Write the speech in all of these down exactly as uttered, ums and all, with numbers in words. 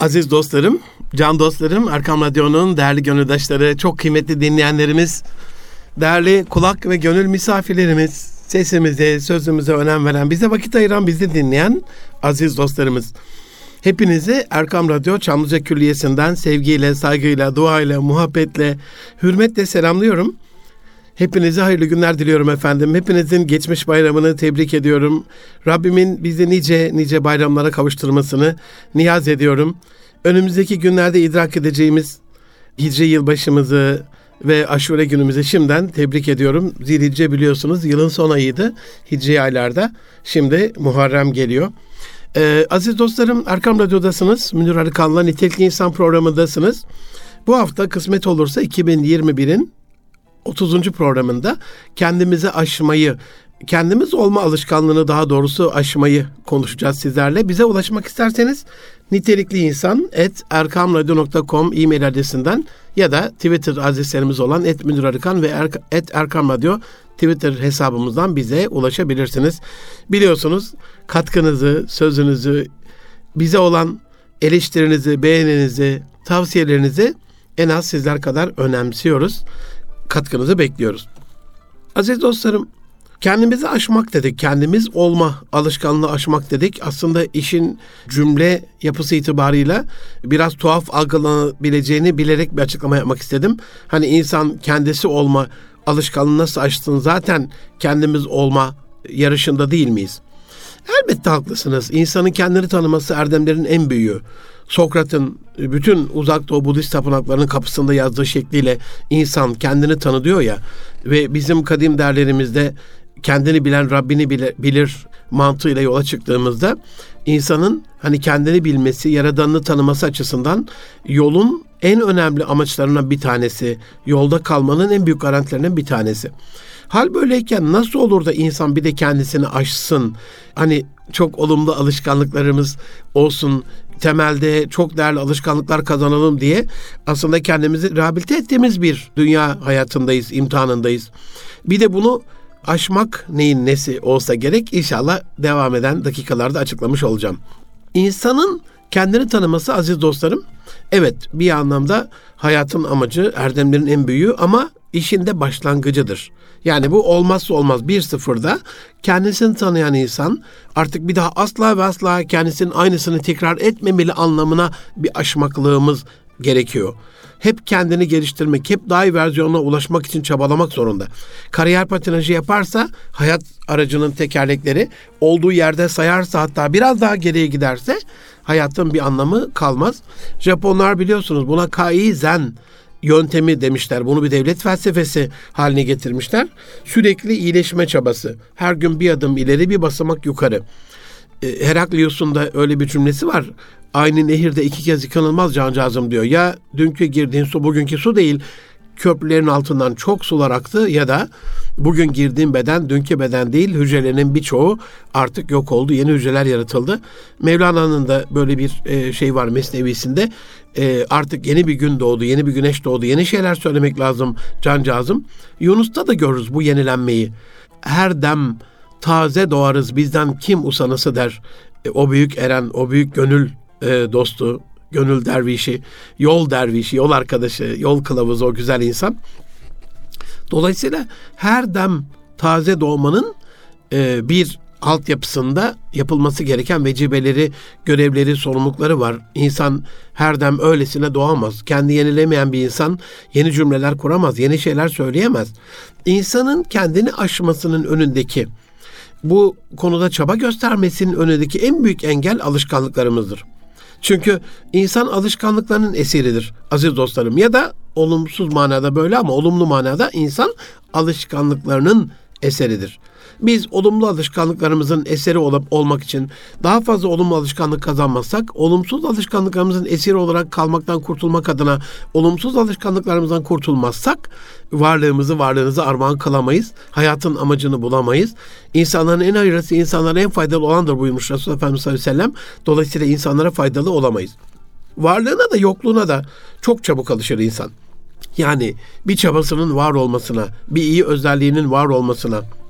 Aziz dostlarım, can dostlarım, Erkam Radyo'nun değerli gönüldaşları, çok kıymetli dinleyenlerimiz, değerli kulak ve gönül misafirlerimiz, sesimize, sözümüze önem veren, bize vakit ayıran, bizi dinleyen aziz dostlarımız. Hepinizi Erkam Radyo Çamlıca Külliyesi'nden sevgiyle, saygıyla, duayla, muhabbetle, hürmetle selamlıyorum. Hepinize hayırlı günler diliyorum efendim. Hepinizin geçmiş bayramını tebrik ediyorum. Rabbimin bizi nice nice bayramlara kavuşturmasını niyaz ediyorum. Önümüzdeki günlerde idrak edeceğimiz Hicri yılbaşımızı ve Aşure günümüzü şimdiden tebrik ediyorum. Zilhicce biliyorsunuz yılın son ayıydı. Hicri aylarda. Şimdi Muharrem geliyor. Ee, aziz dostlarım, Erkam Radyo'dasınız. Münir Arıkan'la Nitelikli İnsan programındasınız. Bu hafta kısmet olursa iki bin yirmi birin otuzuncu programında kendimizi aşmayı, kendimiz olma alışkanlığını, daha doğrusu aşmayı konuşacağız sizlerle. Bize ulaşmak isterseniz nitelikliinsan at erkamradyo nokta com e-mail adresinden ya da Twitter adreslerimiz olan et münir arıkan ve et erkamradyo Twitter hesabımızdan bize ulaşabilirsiniz. Biliyorsunuz katkınızı, sözünüzü, bize olan eleştirinizi, beğeninizi, tavsiyelerinizi en az sizler kadar önemsiyoruz. Katkınızı bekliyoruz. Aziz dostlarım, kendimizi aşmak dedik, kendimiz olma alışkanlığı aşmak dedik. Aslında işin cümle yapısı itibarıyla biraz tuhaf algılanabileceğini bilerek bir açıklama yapmak istedim. Hani insan kendisi olma alışkanlığını nasıl aşsın, zaten kendimiz olma yarışında değil miyiz? Elbette haklısınız. İnsanın kendini tanıması erdemlerin en büyüğü. Sokrat'ın bütün Uzak Doğu Budist tapınaklarının kapısında yazdığı şekliyle insan kendini tanı diyor ya, ve bizim kadim değerlerimizde kendini bilen Rabbini bilir, bilir mantığıyla yola çıktığımızda insanın hani kendini bilmesi, yaradanını tanıması açısından yolun en önemli amaçlarından bir tanesi, yolda kalmanın en büyük garantilerinden bir tanesi. Hal böyleyken nasıl olur da insan bir de kendisini aşsın? Hani çok olumlu alışkanlıklarımız olsun, temelde çok değerli alışkanlıklar kazanalım diye aslında kendimizi rehabilite ettiğimiz bir dünya hayatındayız, imtihanındayız. Bir de bunu aşmak neyin nesi olsa gerek, inşallah devam eden dakikalarda açıklamış olacağım. İnsanın kendini tanıması aziz dostlarım, evet bir anlamda hayatın amacı, erdemlerin en büyüğü ama işin de başlangıcıdır. Yani bu olmazsa olmaz. Bir sıfırda kendisini tanıyan insan artık bir daha asla ve asla kendisinin aynısını tekrar etmemeli anlamına bir aşmaklığımız gerekiyor. Hep kendini geliştirmek, hep daha iyi versiyonuna ulaşmak için çabalamak zorunda. Kariyer patinajı yaparsa, hayat aracının tekerlekleri olduğu yerde sayarsa, hatta biraz daha geriye giderse hayatın bir anlamı kalmaz. Japonlar biliyorsunuz buna Kaizen yöntemi demişler. Bunu bir devlet felsefesi haline getirmişler. Sürekli iyileşme çabası. Her gün bir adım ileri, bir basamak yukarı. Heraklius'un da öyle bir cümlesi var. Aynı nehirde iki kez yıkanılmaz cancağızım diyor. Ya dünkü girdiğin su bugünkü su değil, köprülerin altından çok sular aktı, ya da bugün girdiğin beden dünkü beden değil, hücrelerinin birçoğu artık yok oldu, yeni hücreler yaratıldı. Mevlana'nın da böyle bir e, şey var Mesnevisinde, e, artık yeni bir gün doğdu, yeni bir güneş doğdu, yeni şeyler söylemek lazım cancağızım. Yunus'ta da görürüz bu yenilenmeyi. Her dem taze doğarız, bizden kim usanası der. E, o büyük eren, o büyük gönül e, dostu, gönül dervişi, yol dervişi, yol arkadaşı, yol kılavuzu, o güzel insan. Dolayısıyla her dem taze doğmanın e, bir altyapısında yapılması gereken vecibeleri, görevleri, sorumlulukları var. İnsan her dem öylesine doğamaz. Kendi yenilemeyen bir insan yeni cümleler kuramaz, yeni şeyler söyleyemez. İnsanın kendini aşmasının önündeki, bu konuda çaba göstermesinin önündeki en büyük engel alışkanlıklarımızdır. Çünkü insan alışkanlıklarının esiridir aziz dostlarım. Ya da olumsuz manada böyle, ama olumlu manada insan alışkanlıklarının eseridir. Biz olumlu alışkanlıklarımızın eseri olup olmak için daha fazla olumlu alışkanlık kazanmazsak, olumsuz alışkanlıklarımızın esiri olarak kalmaktan kurtulmak adına olumsuz alışkanlıklarımızdan kurtulmazsak varlığımızı, varlığınızı armağan kılamayız. Hayatın amacını bulamayız. İnsanların en hayırlısı, insanlara en faydalı olandır buyurmuş Resulullah Efendimiz sallallahu aleyhi ve sellem. Dolayısıyla insanlara faydalı olamayız. Varlığına da yokluğuna da çok çabuk alışır insan. Yani bir çabasının var olmasına, bir iyi özelliğinin var olmasına,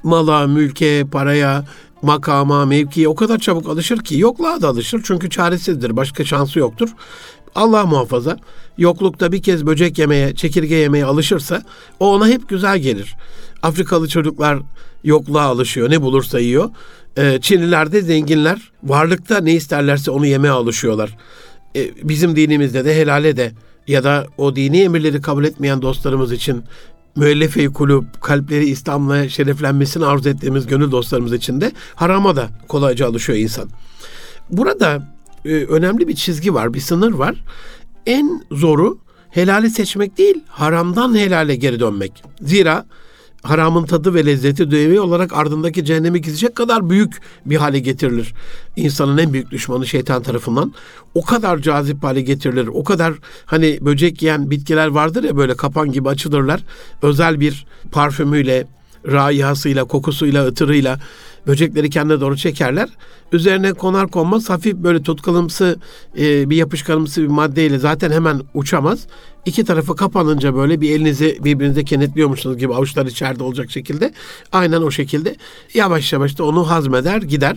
mala, mülke, paraya, makama, mevkiye o kadar çabuk alışır ki yokluğa da alışır. Çünkü çaresizdir. Başka şansı yoktur. Allah muhafaza yoklukta bir kez böcek yemeye, çekirge yemeye alışırsa o ona hep güzel gelir. Afrikalı çocuklar yokluğa alışıyor. Ne bulursa yiyor. Ee, Çinliler de zenginler. Varlıkta ne isterlerse onu yemeye alışıyorlar. Ee, bizim dinimizde de helale de ya da o dini emirleri kabul etmeyen dostlarımız için müellefe-i kulüp, kalpleri İslam'la şereflenmesini arzu ettiğimiz gönül dostlarımız için de harama da kolayca alışıyor insan. Burada e, önemli bir çizgi var, bir sınır var. En zoru helali seçmek değil, haramdan helale geri dönmek. Zira haramın tadı ve lezzeti dünyevi olarak ardındaki cehennemi gizleyecek kadar büyük bir hale getirilir. İnsanın en büyük düşmanı şeytan tarafından o kadar cazip hale getirilir. O kadar hani böcek yiyen bitkiler vardır ya böyle kapan gibi açılırlar. Özel bir parfümüyle, raihasıyla, kokusuyla, ıtırıyla böcekleri kendine doğru çekerler. Üzerine konar konmaz hafif böyle tutkalımsı e, bir yapışkanımsı bir maddeyle zaten hemen uçamaz. İki tarafı kapanınca böyle bir elinizi birbirinize kenetliyormuşsunuz gibi avuçlar içeride olacak şekilde. Aynen o şekilde yavaş yavaş da onu hazmeder gider.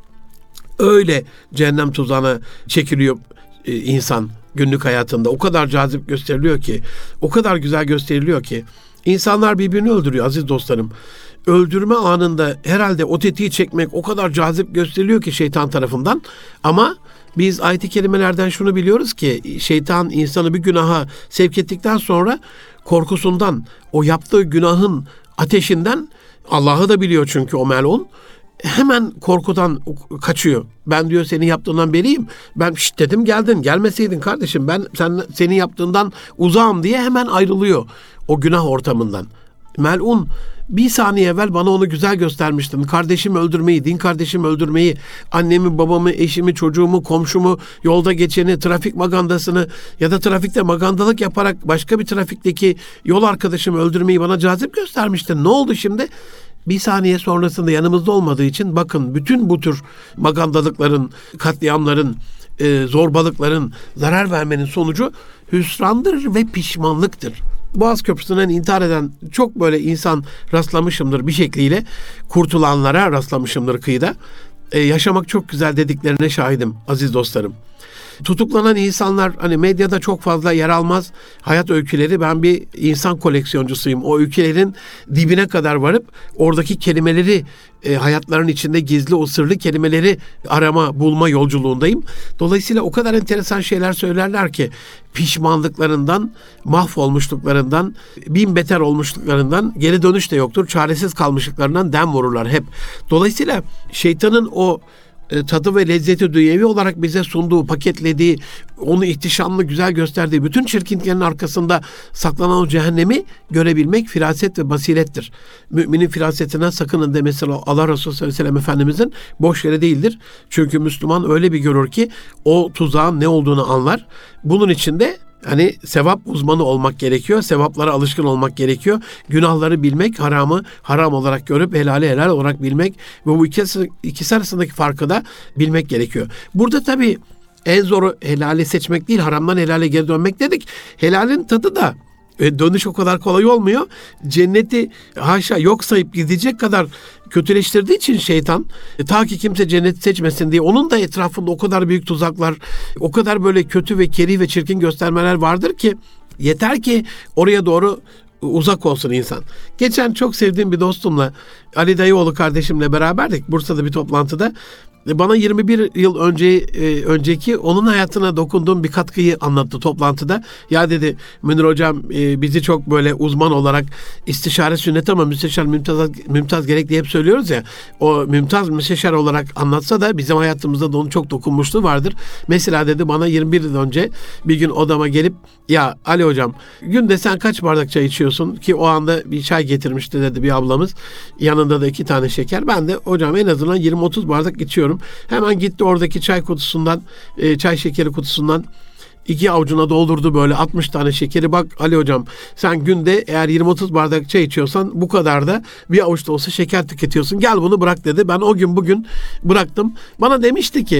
Öyle cehennem tuzağına çekiliyor e, insan günlük hayatında. O kadar cazip gösteriliyor ki, o kadar güzel gösteriliyor ki. İnsanlar birbirini öldürüyor aziz dostlarım. Öldürme anında herhalde o tetiği çekmek o kadar cazip gösteriliyor ki şeytan tarafından. Ama biz ayet-i kerimelerden şunu biliyoruz ki şeytan insanı bir günaha sevk ettikten sonra korkusundan, o yaptığı günahın ateşinden, Allah'ı da biliyor çünkü o melun, hemen korkudan kaçıyor. Ben diyor senin yaptığından beriyim. Ben şşt dedim geldin. Gelmeseydin kardeşim ben sen, senin yaptığından uzağım diye hemen ayrılıyor o günah ortamından. Melun bir saniye evvel bana onu güzel göstermiştin. Kardeşimi öldürmeyi, din kardeşimi öldürmeyi, annemi, babamı, eşimi, çocuğumu, komşumu, yolda geçeni, trafik magandasını ya da trafikte magandalık yaparak başka bir trafikteki yol arkadaşımı öldürmeyi bana cazip göstermiştin. Ne oldu şimdi? Bir saniye sonrasında yanımızda olmadığı için bakın bütün bu tür magandalıkların, katliamların, e, zorbalıkların, zarar vermenin sonucu hüsrandır ve pişmanlıktır. Boğaz Köprüsü'nden intihar eden çok böyle insan rastlamışımdır bir şekliyle. Kurtulanlara rastlamışımdır kıyıda. Ee, yaşamak çok güzel dediklerine şahidim aziz dostlarım. Tutuklanan insanlar hani medyada çok fazla yer almaz. Hayat öyküleri, ben bir insan koleksiyoncusuyum. O öykülerin dibine kadar varıp oradaki kelimeleri, e, hayatların içinde gizli o sırlı kelimeleri arama, bulma yolculuğundayım. Dolayısıyla o kadar enteresan şeyler söylerler ki pişmanlıklarından, mahvolmuşluklarından, bin beter olmuşluklarından geri dönüş de yoktur. Çaresiz kalmışlıklarından dem vururlar hep. Dolayısıyla şeytanın o tadı ve lezzeti dünyevi olarak bize sunduğu, paketlediği, onu ihtişamlı, güzel gösterdiği bütün çirkinliklerin arkasında saklanan o cehennemi görebilmek firaset ve basirettir. Müminin firasetinden sakının demesi Allah Resulü sallallahu aleyhi ve sellem Efendimizin boş yere değildir. Çünkü Müslüman öyle bir görür ki o tuzağın ne olduğunu anlar. Bunun için de hani sevap uzmanı olmak gerekiyor. Sevaplara alışkın olmak gerekiyor. Günahları bilmek, haramı haram olarak görüp helali helal olarak bilmek ve bu ikisi, ikisi arasındaki farkı da bilmek gerekiyor. Burada tabii en zoru helali seçmek değil, haramdan helale geri dönmek dedik. Helalin tadı da dönüş o kadar kolay olmuyor. Cenneti haşa yok sayıp gidecek kadar kötüleştirdiği için şeytan, ta ki kimse cenneti seçmesin diye onun da etrafında o kadar büyük tuzaklar, o kadar böyle kötü ve kerih ve çirkin göstermeler vardır ki yeter ki oraya doğru uzak olsun insan. Geçen çok sevdiğim bir dostumla, Ali Dayıoğlu kardeşimle beraberdik Bursa'da bir toplantıda. Bana yirmi bir yıl önce e, önceki onun hayatına dokunduğum bir katkıyı anlattı toplantıda. Ya dedi Münir hocam e, bizi çok böyle uzman olarak istişare sünnet ama müsteşar mümtaz, mümtaz gerek diye hep söylüyoruz ya. O mümtaz müsteşar olarak anlatsa da bizim hayatımızda da onun çok dokunmuşluğu vardır. Mesela dedi bana yirmi bir yıl önce bir gün odama gelip ya Ali hocam günde sen kaç bardak çay içiyorsun ki o anda bir çay getirmişti dedi bir ablamız. Yanında da iki tane şeker. Ben de hocam en azından yirmi otuz bardak içiyorum. Hemen gitti oradaki çay kutusundan, e, çay şekeri kutusundan iki avucuna doldurdu böyle altmış tane şekeri. Bak Ali hocam sen günde eğer yirmi otuz bardak çay içiyorsan bu kadar da bir avuç da olsa şeker tüketiyorsun. Gel bunu bırak dedi. Ben o gün bugün bıraktım. Bana demişti ki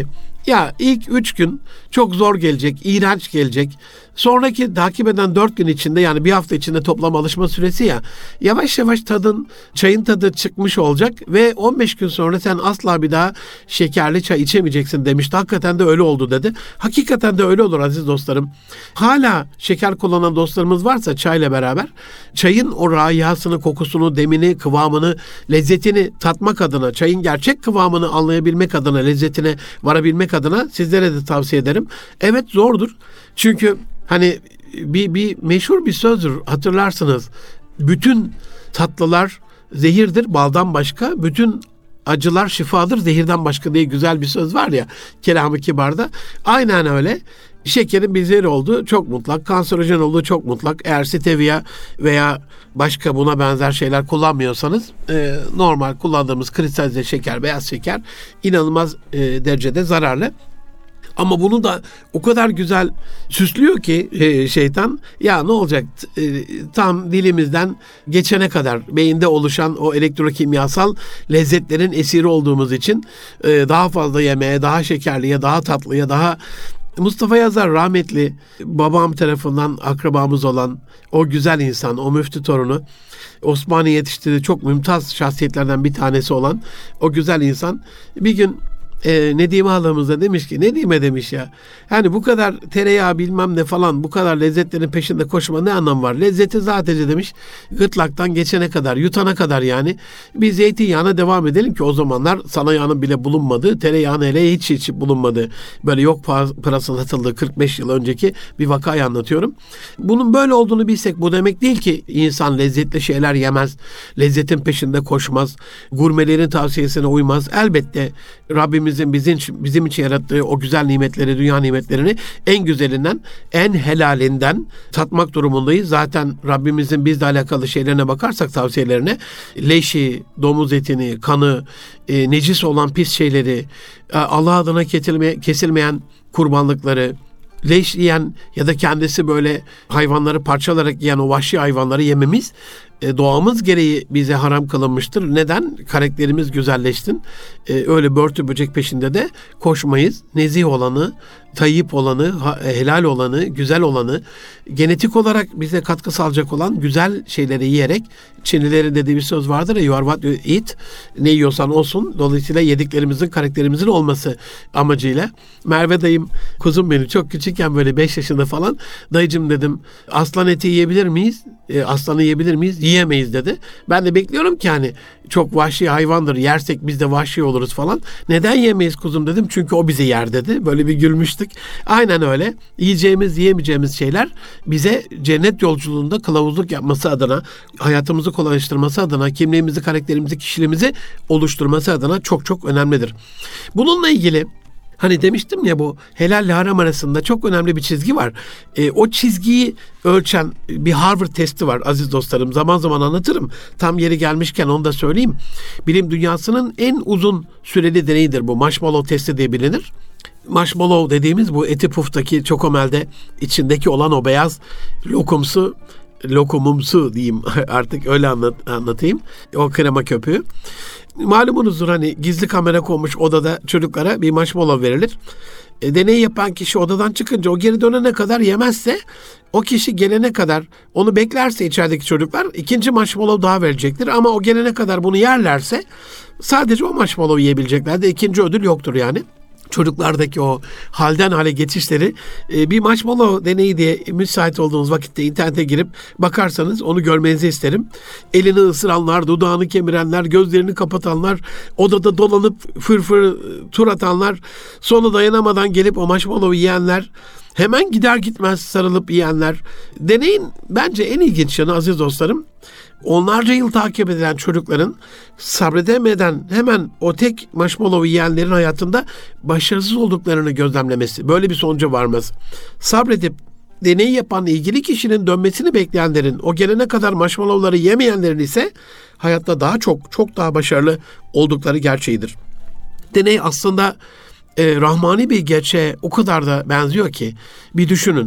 Ya ilk üç gün çok zor gelecek, iğrenç gelecek. Sonraki takip eden dört gün içinde, yani bir hafta içinde toplam alışma süresi ya, yavaş yavaş tadın, çayın tadı çıkmış olacak ve on beş gün sonra sen asla bir daha şekerli çay içemeyeceksin demişti. Hakikaten de öyle oldu dedi. Hakikaten de öyle olur aziz dostlarım. Hala şeker kullanan dostlarımız varsa çayla beraber, çayın o raihasını, kokusunu, demini, kıvamını, lezzetini tatmak adına, çayın gerçek kıvamını anlayabilmek adına, lezzetine varabilmek adına sizlere de tavsiye ederim. Evet, zordur. Çünkü hani bir, bir meşhur bir sözdür, hatırlarsınız. Bütün tatlılar zehirdir, baldan başka. Bütün acılar şifadır, zehirden başka diye güzel bir söz var ya, Kelam-ı Kibar'da. Aynen öyle. Şekerin bir zehir olduğu çok mutlak, kanserojen olduğu çok mutlak. Eğer stevia veya başka buna benzer şeyler kullanmıyorsanız, e, normal kullandığımız kristalize şeker, beyaz şeker inanılmaz e, derecede zararlı. Ama bunu da o kadar güzel süslüyor ki e, şeytan, ya ne olacak, e, tam dilimizden geçene kadar beyinde oluşan o elektrokimyasal lezzetlerin esiri olduğumuz için e, daha fazla yemeğe, daha şekerliye, daha tatlıya, daha... Mustafa Yazar rahmetli, babam tarafından akrabamız olan o güzel insan, o müftü torunu, Osmanlı yetiştirdiği çok mümtaz şahsiyetlerden bir tanesi olan o güzel insan bir gün e, Nedime halamız da demiş ki, Nedime demiş ya, yani bu kadar tereyağı bilmem ne falan, bu kadar lezzetlerin peşinde koşma ne anlam var? Lezzeti sadece demiş gırtlaktan geçene kadar, yutana kadar, yani bir zeytinyağına devam edelim ki o zamanlar sana yağının bile bulunmadığı, tereyağının hele hiç hiç bulunmadığı, böyle yok parasının satıldığı kırk beş yıl önceki bir vakayı anlatıyorum. Bunun böyle olduğunu bilsek, bu demek değil ki insan lezzetli şeyler yemez, lezzetin peşinde koşmaz, gurmelerin tavsiyesine uymaz. Elbette Rabbimiz bizim, bizim için yarattığı o güzel nimetleri, dünya nimetlerini en güzelinden, en helalinden tatmak durumundayız. Zaten Rabbimizin bizle alakalı şeylerine bakarsak, tavsiyelerine, leşi, domuz etini, kanı, e, necis olan pis şeyleri, e, Allah adına kesilme, kesilmeyen kurbanlıkları, leş yiyen ya da kendisi böyle hayvanları parçalarak yiyen o vahşi hayvanları yememiz e, doğamız gereği bize haram kılınmıştır. Neden? Karakterimiz güzelleşsin. E, öyle börtü böcek peşinde de koşmayız. Nezih olanı, tayyip olanı, helal olanı, güzel olanı, genetik olarak bize katkı sağlayacak olan güzel şeyleri yiyerek, Çinlilerin dediği bir söz vardır ya, you are what you eat, ne yiyorsan olsun. Dolayısıyla yediklerimizin karakterimizin olması amacıyla. Merve dayım, kuzum benim, çok küçükken böyle beş yaşında falan, dayıcım dedim, aslan eti yiyebilir miyiz? E, aslanı yiyebilir miyiz? Yiyemeyiz dedi. Ben de bekliyorum ki hani çok vahşi hayvandır, yersek biz de vahşi oluruz falan. Neden yemeyiz kuzum dedim, çünkü o bizi yer dedi. Böyle bir gülmüştük. Aynen öyle. Yiyeceğimiz, yiyemeyeceğimiz şeyler bize cennet yolculuğunda kılavuzluk yapması adına, hayatımızı kolaylaştırması adına, kimliğimizi, karakterimizi, kişiliğimizi oluşturması adına çok çok önemlidir. Bununla ilgili hani demiştim ya, bu helalle haram arasında çok önemli bir çizgi var. E, o çizgiyi ölçen bir Harvard testi var aziz dostlarım. Zaman zaman anlatırım. Tam yeri gelmişken onu da söyleyeyim. Bilim dünyasının en uzun süreli deneyidir bu. Marshmallow testi diye bilinir. Marshmallow dediğimiz bu eti puftaki çokomelde içindeki olan o beyaz lokumsu, lokumumsu diyeyim artık öyle anlat, anlatayım. O krema köpüğü. Malumunuzdur, hani gizli kamera konmuş odada çocuklara bir marshmallow verilir. E, deneyi yapan kişi odadan çıkınca o geri dönene kadar yemezse, o kişi gelene kadar onu beklerse içerideki çocuklar ikinci marshmallow daha verecektir. Ama o gelene kadar bunu yerlerse sadece o marshmallow yiyebilecekler de ikinci ödül yoktur yani. Çocuklardaki o halden hale geçişleri e, bir marshmallow deneyi diye müsait olduğunuz vakitte internete girip bakarsanız onu görmenizi isterim. Elini ısıranlar, dudağını kemirenler, gözlerini kapatanlar, odada dolanıp fırfır tur atanlar, sonra dayanamadan gelip o marshmallow'u yiyenler, hemen gider gitmez sarılıp yiyenler. Deneyin bence en ilginç yanı aziz dostlarım, onlarca yıl takip edilen çocukların sabredemeden hemen o tek marshmallow yiyenlerin hayatında başarısız olduklarını gözlemlemesi, böyle bir sonuca varması. Sabredip deneyi yapan ilgili kişinin dönmesini bekleyenlerin, o gelene kadar marshmallowları yemeyenlerin ise hayatta daha çok, çok daha başarılı oldukları gerçeğidir. Deney aslında e, rahmani bir gerçeğe o kadar da benziyor ki, bir düşünün.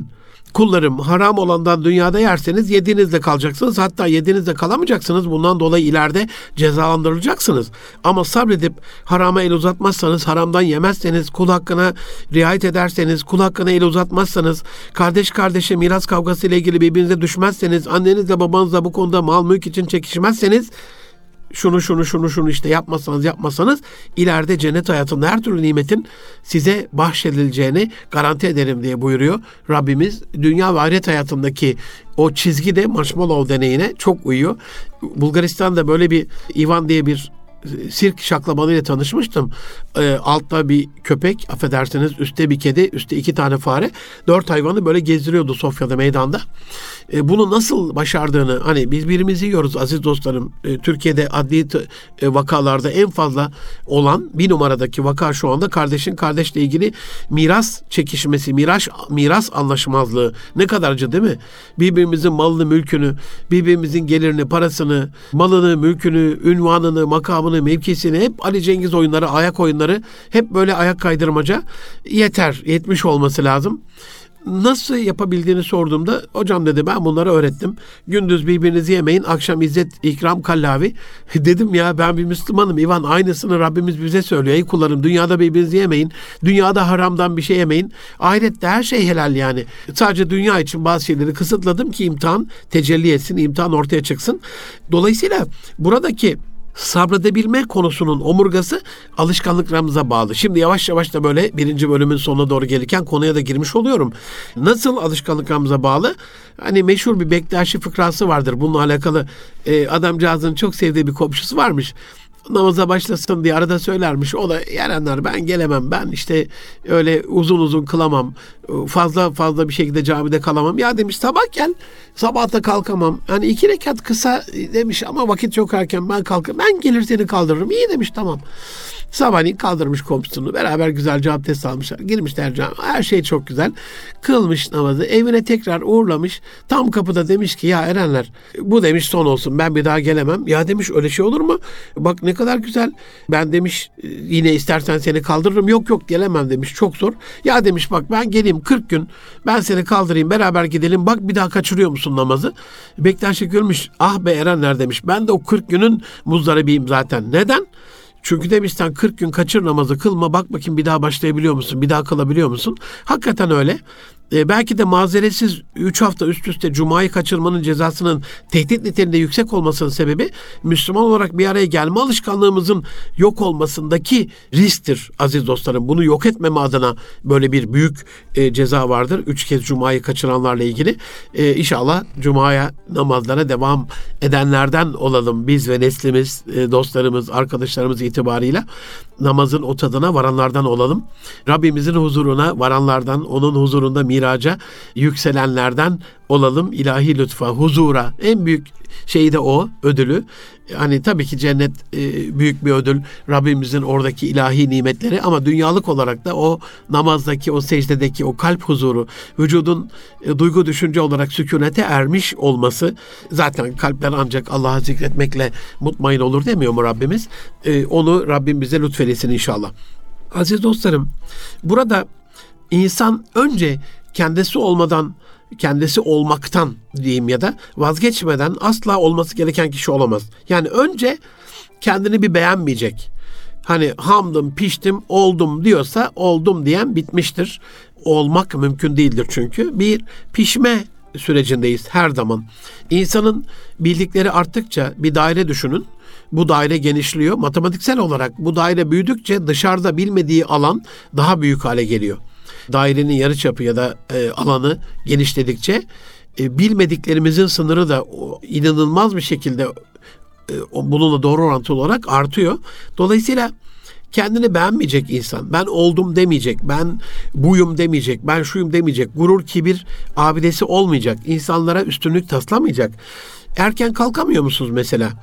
kullarım, haram olandan dünyada yerseniz yediğinizde kalacaksınız. Hatta yediğinizde kalamayacaksınız. Bundan dolayı ileride cezalandırılacaksınız. Ama sabredip harama el uzatmazsanız, haramdan yemezseniz, kul hakkına riayet ederseniz, kul hakkına el uzatmazsanız, kardeş kardeşe miras kavgası ile ilgili birbirinize düşmezseniz, annenizle babanızla bu konuda mal mülk için çekişmezseniz, şunu şunu şunu şunu işte yapmazsanız yapmazsanız ileride cennet hayatında her türlü nimetin size bahşedileceğini garanti ederim diye buyuruyor Rabbimiz. Dünya ve ahiret hayatındaki o çizgi de Marshmallow deneyine çok uyuyor. Bulgaristan'da böyle bir Ivan diye bir sirk şaklabanıyla tanışmıştım. E, altta bir köpek, affedersiniz, üstte bir kedi, üstte iki tane fare. Dört hayvanı böyle gezdiriyordu Sofya'da, meydanda. E, bunu nasıl başardığını, hani biz birimizi yiyoruz aziz dostlarım. E, Türkiye'de adli t- e, vakalarda en fazla olan bir numaradaki vaka şu anda kardeşin kardeşle ilgili miras çekişmesi, miras miras anlaşmazlığı. Ne kadar acı değil mi? Birbirimizin malını, mülkünü, birbirimizin gelirini, parasını, malını, mülkünü, ünvanını, makamını, mevkisini, hep Ali Cengiz oyunları, ayak oyunları, hep böyle ayak kaydırmaca. Yeter, yetmiş olması lazım. Nasıl yapabildiğini sorduğumda, hocam dedi, ben bunları öğrettim. Gündüz birbirinizi yemeyin, akşam izzet, ikram, kallavi. Dedim ya, ben bir Müslümanım İvan, aynısını Rabbimiz bize söylüyor. Ey kullarım, dünyada birbirinizi yemeyin, dünyada haramdan bir şey yemeyin, ahirette her şey helal yani. Sadece dünya için bazı şeyleri kısıtladım ki imtihan tecelli etsin, imtihan ortaya çıksın. Dolayısıyla buradaki sabredebilme konusunun omurgası alışkanlıklarımıza bağlı. Şimdi yavaş yavaş da böyle birinci bölümün sonuna doğru gelirken konuya da girmiş oluyorum. Nasıl alışkanlıklarımıza bağlı? Hani meşhur bir Bektaşi fıkrası vardır. Bununla alakalı e, adamcağızın çok sevdiği bir komşusu varmış. Namaza başlasın diye arada söylermiş. O da, Yarenler, ben gelemem, ben işte öyle uzun uzun kılamam, fazla fazla bir şekilde camide kalamam. Ya demiş, sabah gel, sabahta kalkamam. Hani iki rekat kısa demiş ama vakit çok erken, ben kalkayım. Ben gelir seni kaldırırım. İyi demiş, tamam. Sabahleyin kaldırmış komşusunu. Beraber güzelce abdest almışlar. Girmişler camiye. Her şey çok güzel. Kılmış namazı. Evine tekrar uğurlamış. Tam kapıda demiş ki, ya Erenler, bu demiş son olsun. Ben bir daha gelemem. Ya demiş, öyle şey olur mu? Bak ne kadar güzel. Ben demiş, yine istersen seni kaldırırım. Yok yok, gelemem demiş. Çok zor. Ya demiş, bak ben geleyim kırk gün. Ben seni kaldırayım. Beraber gidelim. Bak bir daha kaçırıyor musun namazı? Bektaşi gülmüş. Ah be Erenler demiş. Ben de o kırk günün muzdaribiyim zaten. Neden? Çünkü demiş, sen kırk gün kaçır namazı, kılma, bak bakayım bir daha başlayabiliyor musun? Bir daha kılabiliyor musun? Hakikaten öyle. Ee, belki de mazeretsiz üç hafta üst üste Cuma'yı kaçırmanın cezasının tehdit niteliğinde yüksek olmasının sebebi Müslüman olarak bir araya gelme alışkanlığımızın yok olmasındaki risktir aziz dostlarım. Bunu yok etmeme adına böyle bir büyük e, ceza vardır. Üç kez Cuma'yı kaçıranlarla ilgili. E, İnşallah Cuma'ya, namazlara devam edenlerden olalım. Biz ve neslimiz, e, dostlarımız, arkadaşlarımız itibarıyla namazın o tadına varanlardan olalım. Rabbimizin huzuruna varanlardan, onun huzurunda miraca yükselenlerden olalım. İlahi lütfa, huzura, en büyük şey de o, ödülü. Hani tabii ki cennet e, büyük bir ödül. Rabbimizin oradaki ilahi nimetleri, ama dünyalık olarak da o namazdaki, o secdedeki o kalp huzuru, vücudun e, duygu düşünce olarak sükunete ermiş olması. Zaten kalpler ancak Allah'ı zikretmekle mutmain olur demiyor mu Rabbimiz? E, onu Rabbim bize lütfeylesin inşallah. Aziz dostlarım, burada insan önce kendisi olmadan, kendisi olmaktan diyeyim ya da vazgeçmeden asla olması gereken kişi olamaz. Yani önce kendini bir beğenmeyecek. Hani hamdım, piştim, oldum diyorsa oldum diyen bitmiştir. Olmak mümkün değildir çünkü. Bir pişme sürecindeyiz her zaman. İnsanın bildikleri arttıkça, bir daire düşünün. Bu daire genişliyor. Matematiksel olarak bu daire büyüdükçe dışarıda bilmediği alan daha büyük hale geliyor. Dairenin yarıçapı ya da e, alanı genişledikçe e, bilmediklerimizin sınırı da o, inanılmaz bir şekilde e, bununla doğru orantılı olarak artıyor. Dolayısıyla kendini beğenmeyecek insan, ben oldum demeyecek, ben buyum demeyecek, ben şuyum demeyecek, gurur, kibir abidesi olmayacak, insanlara üstünlük taslamayacak. Erken kalkamıyor musunuz mesela?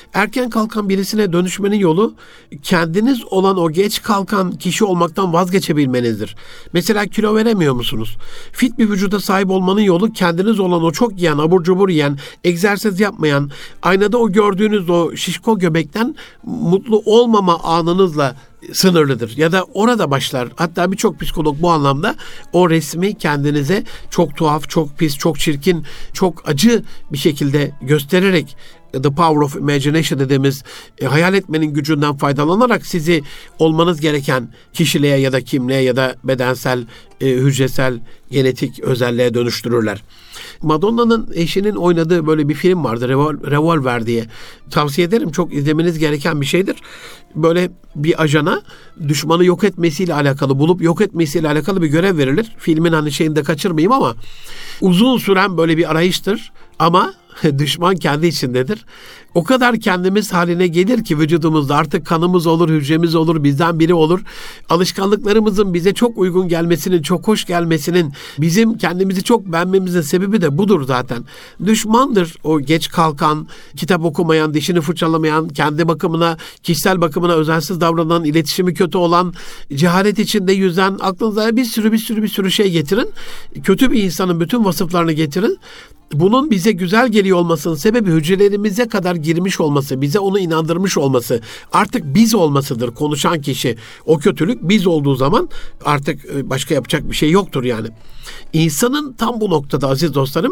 Erken kalkan birisine dönüşmenin yolu kendiniz olan o geç kalkan kişi olmaktan vazgeçebilmenizdir. Mesela kilo veremiyor musunuz? Fit bir vücuda sahip olmanın yolu kendiniz olan o çok yiyen, abur cubur yiyen, egzersiz yapmayan, aynada o gördüğünüz o şişko göbekten mutlu olmama anınızla sınırlıdır. Ya da orada başlar. Hatta birçok psikolog bu anlamda o resmi kendinize çok tuhaf, çok pis, çok çirkin, çok acı bir şekilde göstererek, the power of imagination dediğimiz e, hayal etmenin gücünden faydalanarak sizi olmanız gereken kişiliğe ya da kimliğe ya da bedensel, e, hücresel, genetik özelliğe dönüştürürler. Madonna'nın eşinin oynadığı böyle bir film vardı, Revol- Revolver diye. Tavsiye ederim, çok izlemeniz gereken bir şeydir. Böyle bir ajana düşmanı yok etmesiyle alakalı, bulup yok etmesiyle alakalı bir görev verilir. Filmin hani şeyini de kaçırmayayım ama uzun süren böyle bir arayıştır ama düşman kendi içindedir. O kadar kendimiz haline gelir ki vücudumuzda artık kanımız olur, hücremiz olur, bizden biri olur. Alışkanlıklarımızın bize çok uygun gelmesinin, çok hoş gelmesinin, bizim kendimizi çok beğenmemizin sebebi de budur zaten. Düşmandır o geç kalkan, kitap okumayan, dişini fırçalamayan, kendi bakımına, kişisel bakımına özensiz davranan, iletişimi kötü olan, cehalet içinde yüzen, aklınıza bir sürü bir sürü bir sürü şey getirin. Kötü bir insanın bütün vasıflarını getirin. Bunun bize güzel geliyor olmasının sebebi hücrelerimize kadar girmiş olması, bize onu inandırmış olması, artık biz olmasıdır konuşan kişi. O kötülük biz olduğu zaman artık başka yapacak bir şey yoktur yani. İnsanın tam bu noktada aziz dostlarım,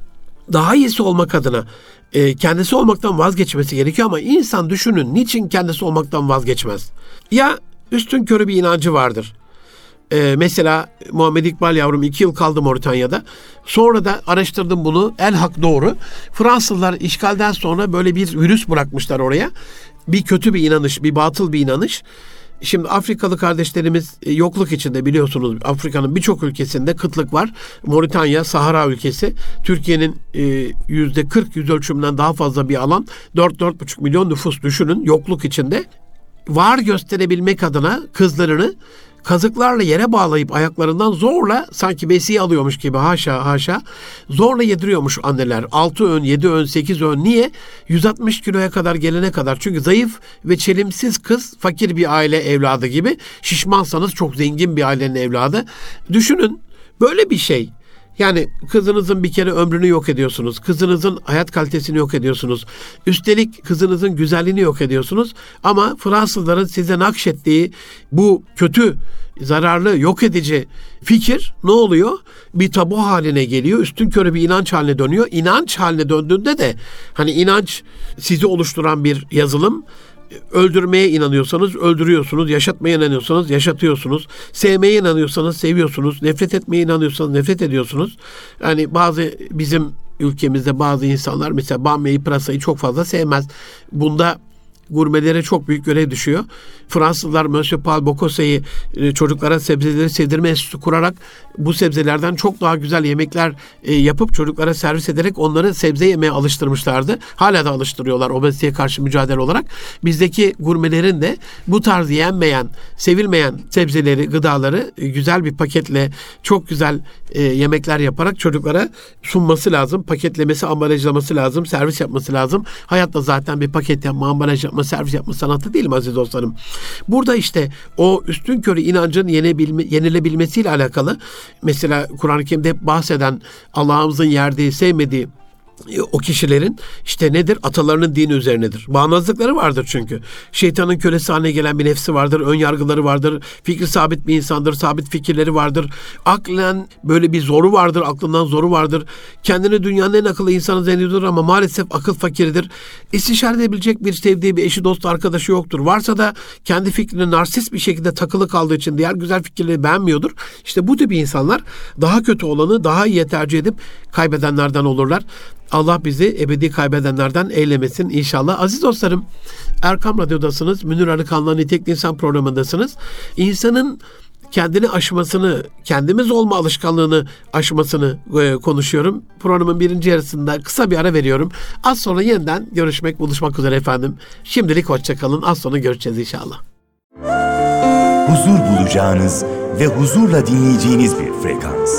daha iyisi olmak adına kendisi olmaktan vazgeçmesi gerekiyor ama insan düşünün niçin kendisi olmaktan vazgeçmez? Ya üstünkörü bir inancı vardır. Ee, mesela Muhammed İkbal yavrum iki yıl kaldı Moritanya'da. Sonra da araştırdım bunu. Elhak doğru. Fransızlar işgalden sonra böyle bir virüs bırakmışlar oraya. Bir kötü bir inanış, bir batıl bir inanış. Şimdi Afrikalı kardeşlerimiz yokluk içinde, biliyorsunuz Afrika'nın birçok ülkesinde kıtlık var. Moritanya, Sahara ülkesi. Türkiye'nin yüzde kırk yüz ölçümünden daha fazla bir alan. dört dört buçuk milyon nüfus düşünün yokluk içinde. Var gösterebilmek adına kızlarını kazıklarla yere bağlayıp ayaklarından zorla sanki besiye alıyormuş gibi haşa haşa zorla yediriyormuş anneler. altı öğün, yedi öğün, sekiz öğün. Niye? yüz altmış kiloya kadar gelene kadar. Çünkü zayıf ve çelimsiz kız fakir bir aile evladı gibi. Şişmansanız çok zengin bir ailenin evladı. Düşünün böyle bir şey. Yani kızınızın bir kere ömrünü yok ediyorsunuz. Kızınızın hayat kalitesini yok ediyorsunuz. Üstelik kızınızın güzelliğini yok ediyorsunuz. Ama Fransızların size nakşettiği bu kötü, zararlı, yok edici fikir ne oluyor? Bir tabu haline geliyor. Üstünkörü bir inanç haline dönüyor. İnanç haline döndüğünde de hani inanç sizi oluşturan bir yazılım. Öldürmeye inanıyorsanız öldürüyorsunuz, yaşatmaya inanıyorsanız yaşatıyorsunuz, sevmeye inanıyorsanız seviyorsunuz, nefret etmeye inanıyorsanız nefret ediyorsunuz. Yani bazı bizim ülkemizde bazı insanlar mesela bamyayı, pırasayı çok fazla sevmez. Bunda gurmelere çok büyük görev düşüyor. Fransızlar Monsieur Paul Bocuse çocuklara sebzeleri sevdirme enstitüsü kurarak bu sebzelerden çok daha güzel yemekler yapıp çocuklara servis ederek onları sebze yemeye alıştırmışlardı. Hala da alıştırıyorlar obeziteye karşı mücadele olarak. Bizdeki gurmelerin de bu tarz yenmeyen, sevilmeyen sebzeleri, gıdaları güzel bir paketle çok güzel yemekler yaparak çocuklara sunması lazım. Paketlemesi, ambalajlaması lazım. Servis yapması lazım. Hayatta zaten bir paket yapma, ambalaj yapma, servis yapma sanatı değil mi aziz dostlarım? Burada işte o üstünkörü inancın yenebilme, yenilebilmesiyle alakalı mesela Kur'an-ı Kerim'de hep bahseden Allah'ımızın yerdiği, sevmediği o kişilerin işte nedir? Atalarının dini üzerinedir. Bağnazlıkları vardır çünkü. Şeytanın kölesi haline gelen bir nefsi vardır. Ön yargıları vardır. Fikri sabit bir insandır. Sabit fikirleri vardır. Aklen böyle bir zoru vardır. Aklından zoru vardır. Kendini dünyanın en akıllı insanı zannediyordur ama maalesef akıl fakiridir. İstişare edebilecek bir sevdiği, bir eşi, dostu, arkadaşı yoktur. Varsa da kendi fikrine narsist bir şekilde takılı kaldığı için diğer güzel fikirleri beğenmiyordur. İşte bu tip insanlar daha kötü olanı daha iyi tercih edip kaybedenlerden olurlar. Allah bizi ebedi kaybedenlerden eylemesin inşallah. Aziz dostlarım, Erkam Radyo'dasınız. Münir Arıkan'la Nitekli İnsan programındasınız. İnsanın kendini aşmasını, kendimiz olma alışkanlığını aşmasını e, konuşuyorum. Programın birinci yarısında kısa bir ara veriyorum. Az sonra yeniden görüşmek, buluşmak üzere efendim. Şimdilik hoşça kalın. Az sonra görüşeceğiz inşallah. Huzur bulacağınız ve huzurla dinleyeceğiniz bir frekans.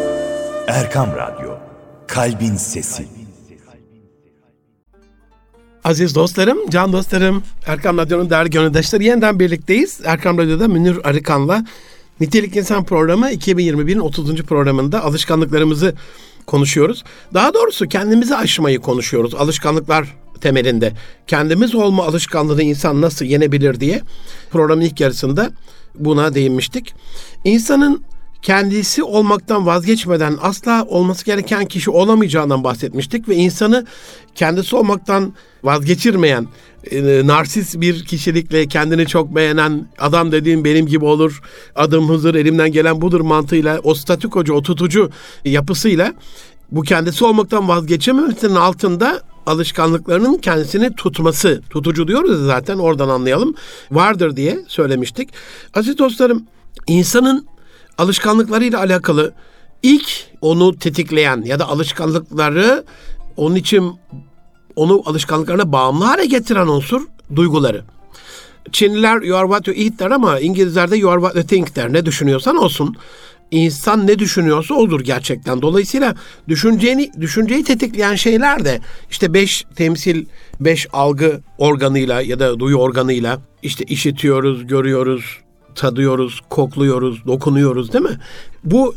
Erkam Radyo, Kalbin Sesi. Aziz dostlarım, can dostlarım, Erkam Radyo'nun değerli gönüldaşları, yeniden birlikteyiz. Erkam Radyo'da Münir Arıkan'la Nitelik İnsan programı iki bin yirmi birin otuzuncu programında alışkanlıklarımızı konuşuyoruz. Daha doğrusu kendimizi aşmayı konuşuyoruz alışkanlıklar temelinde. Kendimiz olma alışkanlığını insan nasıl yenebilir diye programın ilk yarısında buna değinmiştik. İnsanın kendisi olmaktan vazgeçmeden asla olması gereken kişi olamayacağından bahsetmiştik ve insanı kendisi olmaktan vazgeçirmeyen, e, narsist bir kişilikle kendini çok beğenen, adam dediğim benim gibi olur, adım Hızır, elimden gelen budur mantığıyla, o statükocu, o tutucu yapısıyla bu kendisi olmaktan vazgeçememesinin altında alışkanlıklarının kendisini tutması, tutucu diyoruz ya zaten, oradan anlayalım, vardır diye söylemiştik. Aziz dostlarım, insanın alışkanlıklarıyla alakalı ilk onu tetikleyen ya da alışkanlıkları onun için onu alışkanlıklarına bağımlı hale getiren unsur duyguları. Çinliler you are what you eat der ama İngilizler de you are what you think der. Ne düşünüyorsan olsun. İnsan ne düşünüyorsa odur gerçekten. Dolayısıyla düşünceyi, düşünceyi tetikleyen şeyler de işte beş temsil, beş algı organıyla ya da duyu organıyla işte işitiyoruz, görüyoruz, tadıyoruz, kokluyoruz, dokunuyoruz değil mi? Bu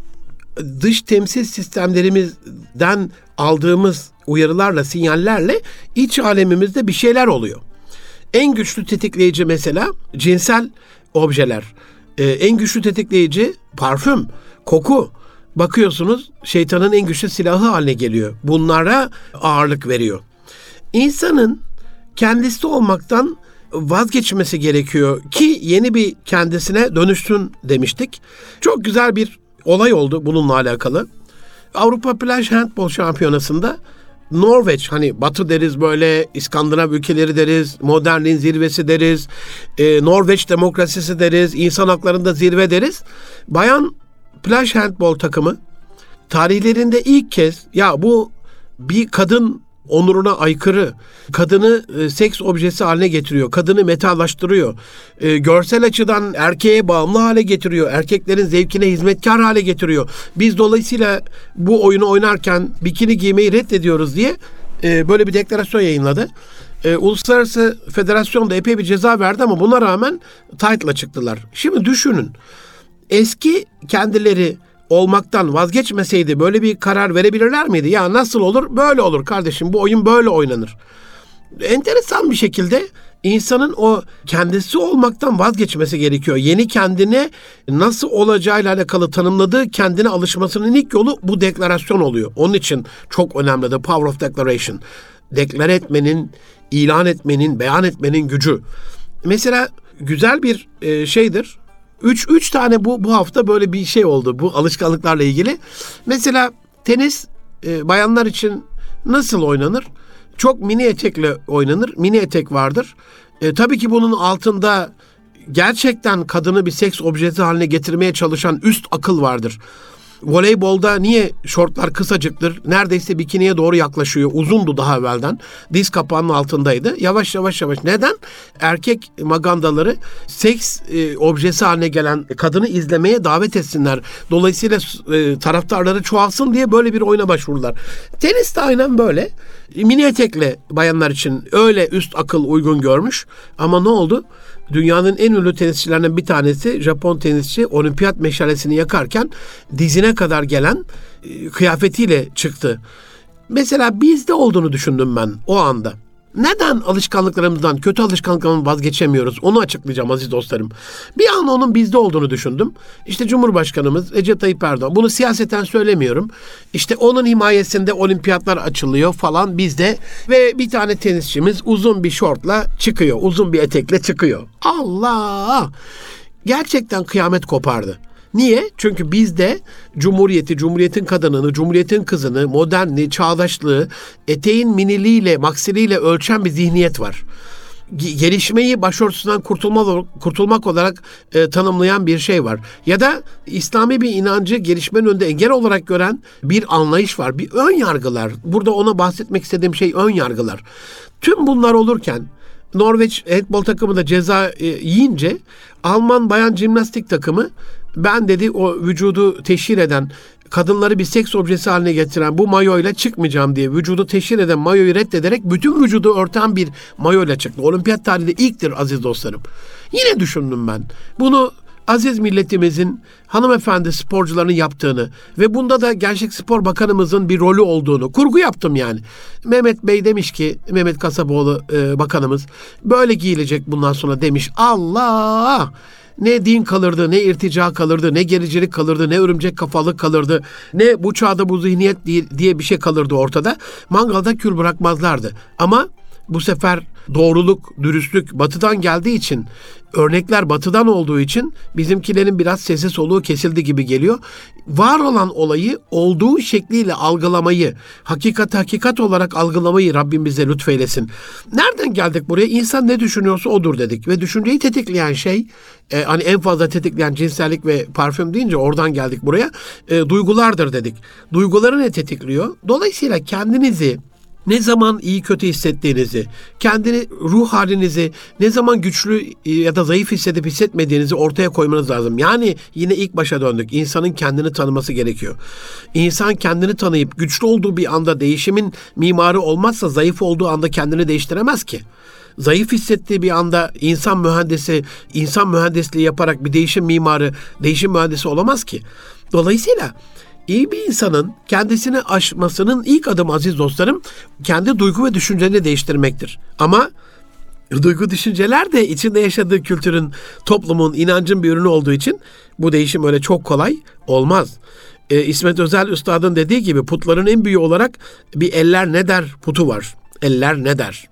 dış temsil sistemlerimizden aldığımız uyarılarla, sinyallerle iç alemimizde bir şeyler oluyor. En güçlü tetikleyici mesela cinsel objeler. Ee, en güçlü tetikleyici parfüm, koku. Bakıyorsunuz şeytanın en güçlü silahı haline geliyor. Bunlara ağırlık veriyor. İnsanın kendisi olmaktan vazgeçmesi gerekiyor ki yeni bir kendisine dönüşsün demiştik. Çok güzel bir olay oldu bununla alakalı. Avrupa Plaj Handbol Şampiyonası'nda Norveç, hani Batı deriz böyle, İskandinav ülkeleri deriz, modernliğin zirvesi deriz, e, Norveç demokrasisi deriz, insan haklarında zirve deriz. Bayan plaj handbol takımı tarihlerinde ilk kez ya bu bir kadın onuruna aykırı, kadını e, seks objesi haline getiriyor, kadını metallaştırıyor, e, görsel açıdan erkeğe bağımlı hale getiriyor, erkeklerin zevkine hizmetkar hale getiriyor. Biz dolayısıyla bu oyunu oynarken bikini giymeyi reddediyoruz diye e, böyle bir deklarasyon yayınladı. E, Uluslararası Federasyon da epey bir ceza verdi ama buna rağmen title'la çıktılar. Şimdi düşünün, eski kendileri olmaktan vazgeçmeseydi böyle bir karar verebilirler miydi? Ya nasıl olur? Böyle olur kardeşim. Bu oyun böyle oynanır. Enteresan bir şekilde insanın o kendisi olmaktan vazgeçmesi gerekiyor. Yeni kendine nasıl olacağıyla alakalı tanımladığı kendine alışmasının ilk yolu bu deklarasyon oluyor. Onun için çok önemli the power of declaration. Deklar etmenin, ilan etmenin, beyan etmenin gücü. Mesela güzel bir e, şeydir. Üç, üç tane bu bu hafta böyle bir şey oldu bu alışkanlıklarla ilgili. Mesela tenis e, bayanlar için nasıl oynanır? Çok mini etekle oynanır. Mini etek vardır. E, tabii ki bunun altında gerçekten kadını bir seks objesi haline getirmeye çalışan üst akıl vardır. Voleybolda niye şortlar kısacıktır? Neredeyse bikiniye doğru yaklaşıyor. Uzundu daha evvelden. Diz kapağının altındaydı. Yavaş yavaş yavaş. Neden? Erkek magandaları seks e, objesi haline gelen kadını izlemeye davet etsinler. Dolayısıyla e, taraftarları çoğalsın diye böyle bir oyuna başvururlar. Tenis de aynen böyle. Mini etekle bayanlar için öyle üst akıl uygun görmüş. Ama ne oldu? Dünyanın en ünlü tenisçilerinden bir tanesi, Japon tenisçi, olimpiyat meşalesini yakarken dizine kadar gelen e, kıyafetiyle çıktı. Mesela bizde olduğunu düşündüm ben o anda. Neden alışkanlıklarımızdan, kötü alışkanlıklarımızdan vazgeçemiyoruz? Onu açıklayacağım aziz dostlarım. Bir an onun bizde olduğunu düşündüm. İşte Cumhurbaşkanımız Recep Tayyip Erdoğan, bunu siyaseten söylemiyorum. İşte onun himayesinde olimpiyatlar açılıyor falan bizde. Ve bir tane tenisçimiz uzun bir şortla çıkıyor, uzun bir etekle çıkıyor. Allah! Gerçekten kıyamet kopardı. Niye? Çünkü bizde Cumhuriyeti, Cumhuriyetin kadınını, Cumhuriyetin kızını, modernliği, çağdaşlığı, eteğin miniliğiyle, maksiliyle ölçen bir zihniyet var. Gelişmeyi başörtüsünden kurtulma, kurtulmak olarak e, tanımlayan bir şey var. Ya da İslami bir inancı gelişmenin önünde engel olarak gören bir anlayış var. Bir ön yargılar. Burada ona bahsetmek istediğim şey ön yargılar. Tüm bunlar olurken Norveç handbol takımı da ceza e, yiyince Alman bayan jimnastik takımı ben dedi o vücudu teşhir eden, kadınları bir seks objesi haline getiren bu mayoyla çıkmayacağım diye vücudu teşhir eden mayoyu reddederek bütün vücudu örten bir mayoyla çıktı. Olimpiyat tarihinde ilktir aziz dostlarım. Yine düşündüm ben. Bunu aziz milletimizin hanımefendi sporcuların yaptığını ve bunda da Gençlik Spor Bakanımızın bir rolü olduğunu kurgu yaptım yani. Mehmet Bey demiş ki, Mehmet Kasaboğlu e, bakanımız böyle giyilecek bundan sonra demiş. Allah! Ne din kalırdı, ne irtica kalırdı, ne gericilik kalırdı, ne örümcek kafalık kalırdı, ne bu çağda bu zihniyet diye bir şey kalırdı ortada. Mangalda kül bırakmazlardı. Ama bu sefer doğruluk, dürüstlük batıdan geldiği için, örnekler batıdan olduğu için bizimkilerin biraz sesi soluğu kesildi gibi geliyor. Var olan olayı olduğu şekliyle algılamayı, hakikat hakikat olarak algılamayı Rabbim bize lütfeylesin. Nereden geldik buraya? İnsan ne düşünüyorsa odur dedik. Ve düşünceyi tetikleyen şey, e, hani en fazla tetikleyen cinsellik ve parfüm deyince oradan geldik buraya. E, duygulardır dedik. Duyguları ne tetikliyor? Dolayısıyla kendinizi ne zaman iyi kötü hissettiğinizi, kendini, ruh halinizi ne zaman güçlü ya da zayıf hissedip hissetmediğinizi ortaya koymanız lazım. Yani yine ilk başa döndük. İnsanın kendini tanıması gerekiyor. İnsan kendini tanıyıp güçlü olduğu bir anda değişimin mimarı olmazsa zayıf olduğu anda kendini değiştiremez ki. Zayıf hissettiği bir anda insan mühendisi, insan mühendisliği yaparak bir değişim mimarı, değişim mühendisi olamaz ki. Dolayısıyla İyi bir insanın kendisini aşmasının ilk adımı aziz dostlarım, kendi duygu ve düşüncelerini değiştirmektir. Ama duygu düşünceler de içinde yaşadığı kültürün, toplumun, inancın bir ürünü olduğu için bu değişim öyle çok kolay olmaz. Ee, İsmet Özel Üstad'ın dediği gibi putların en büyüğü olarak bir eller ne der putu var. Eller ne der?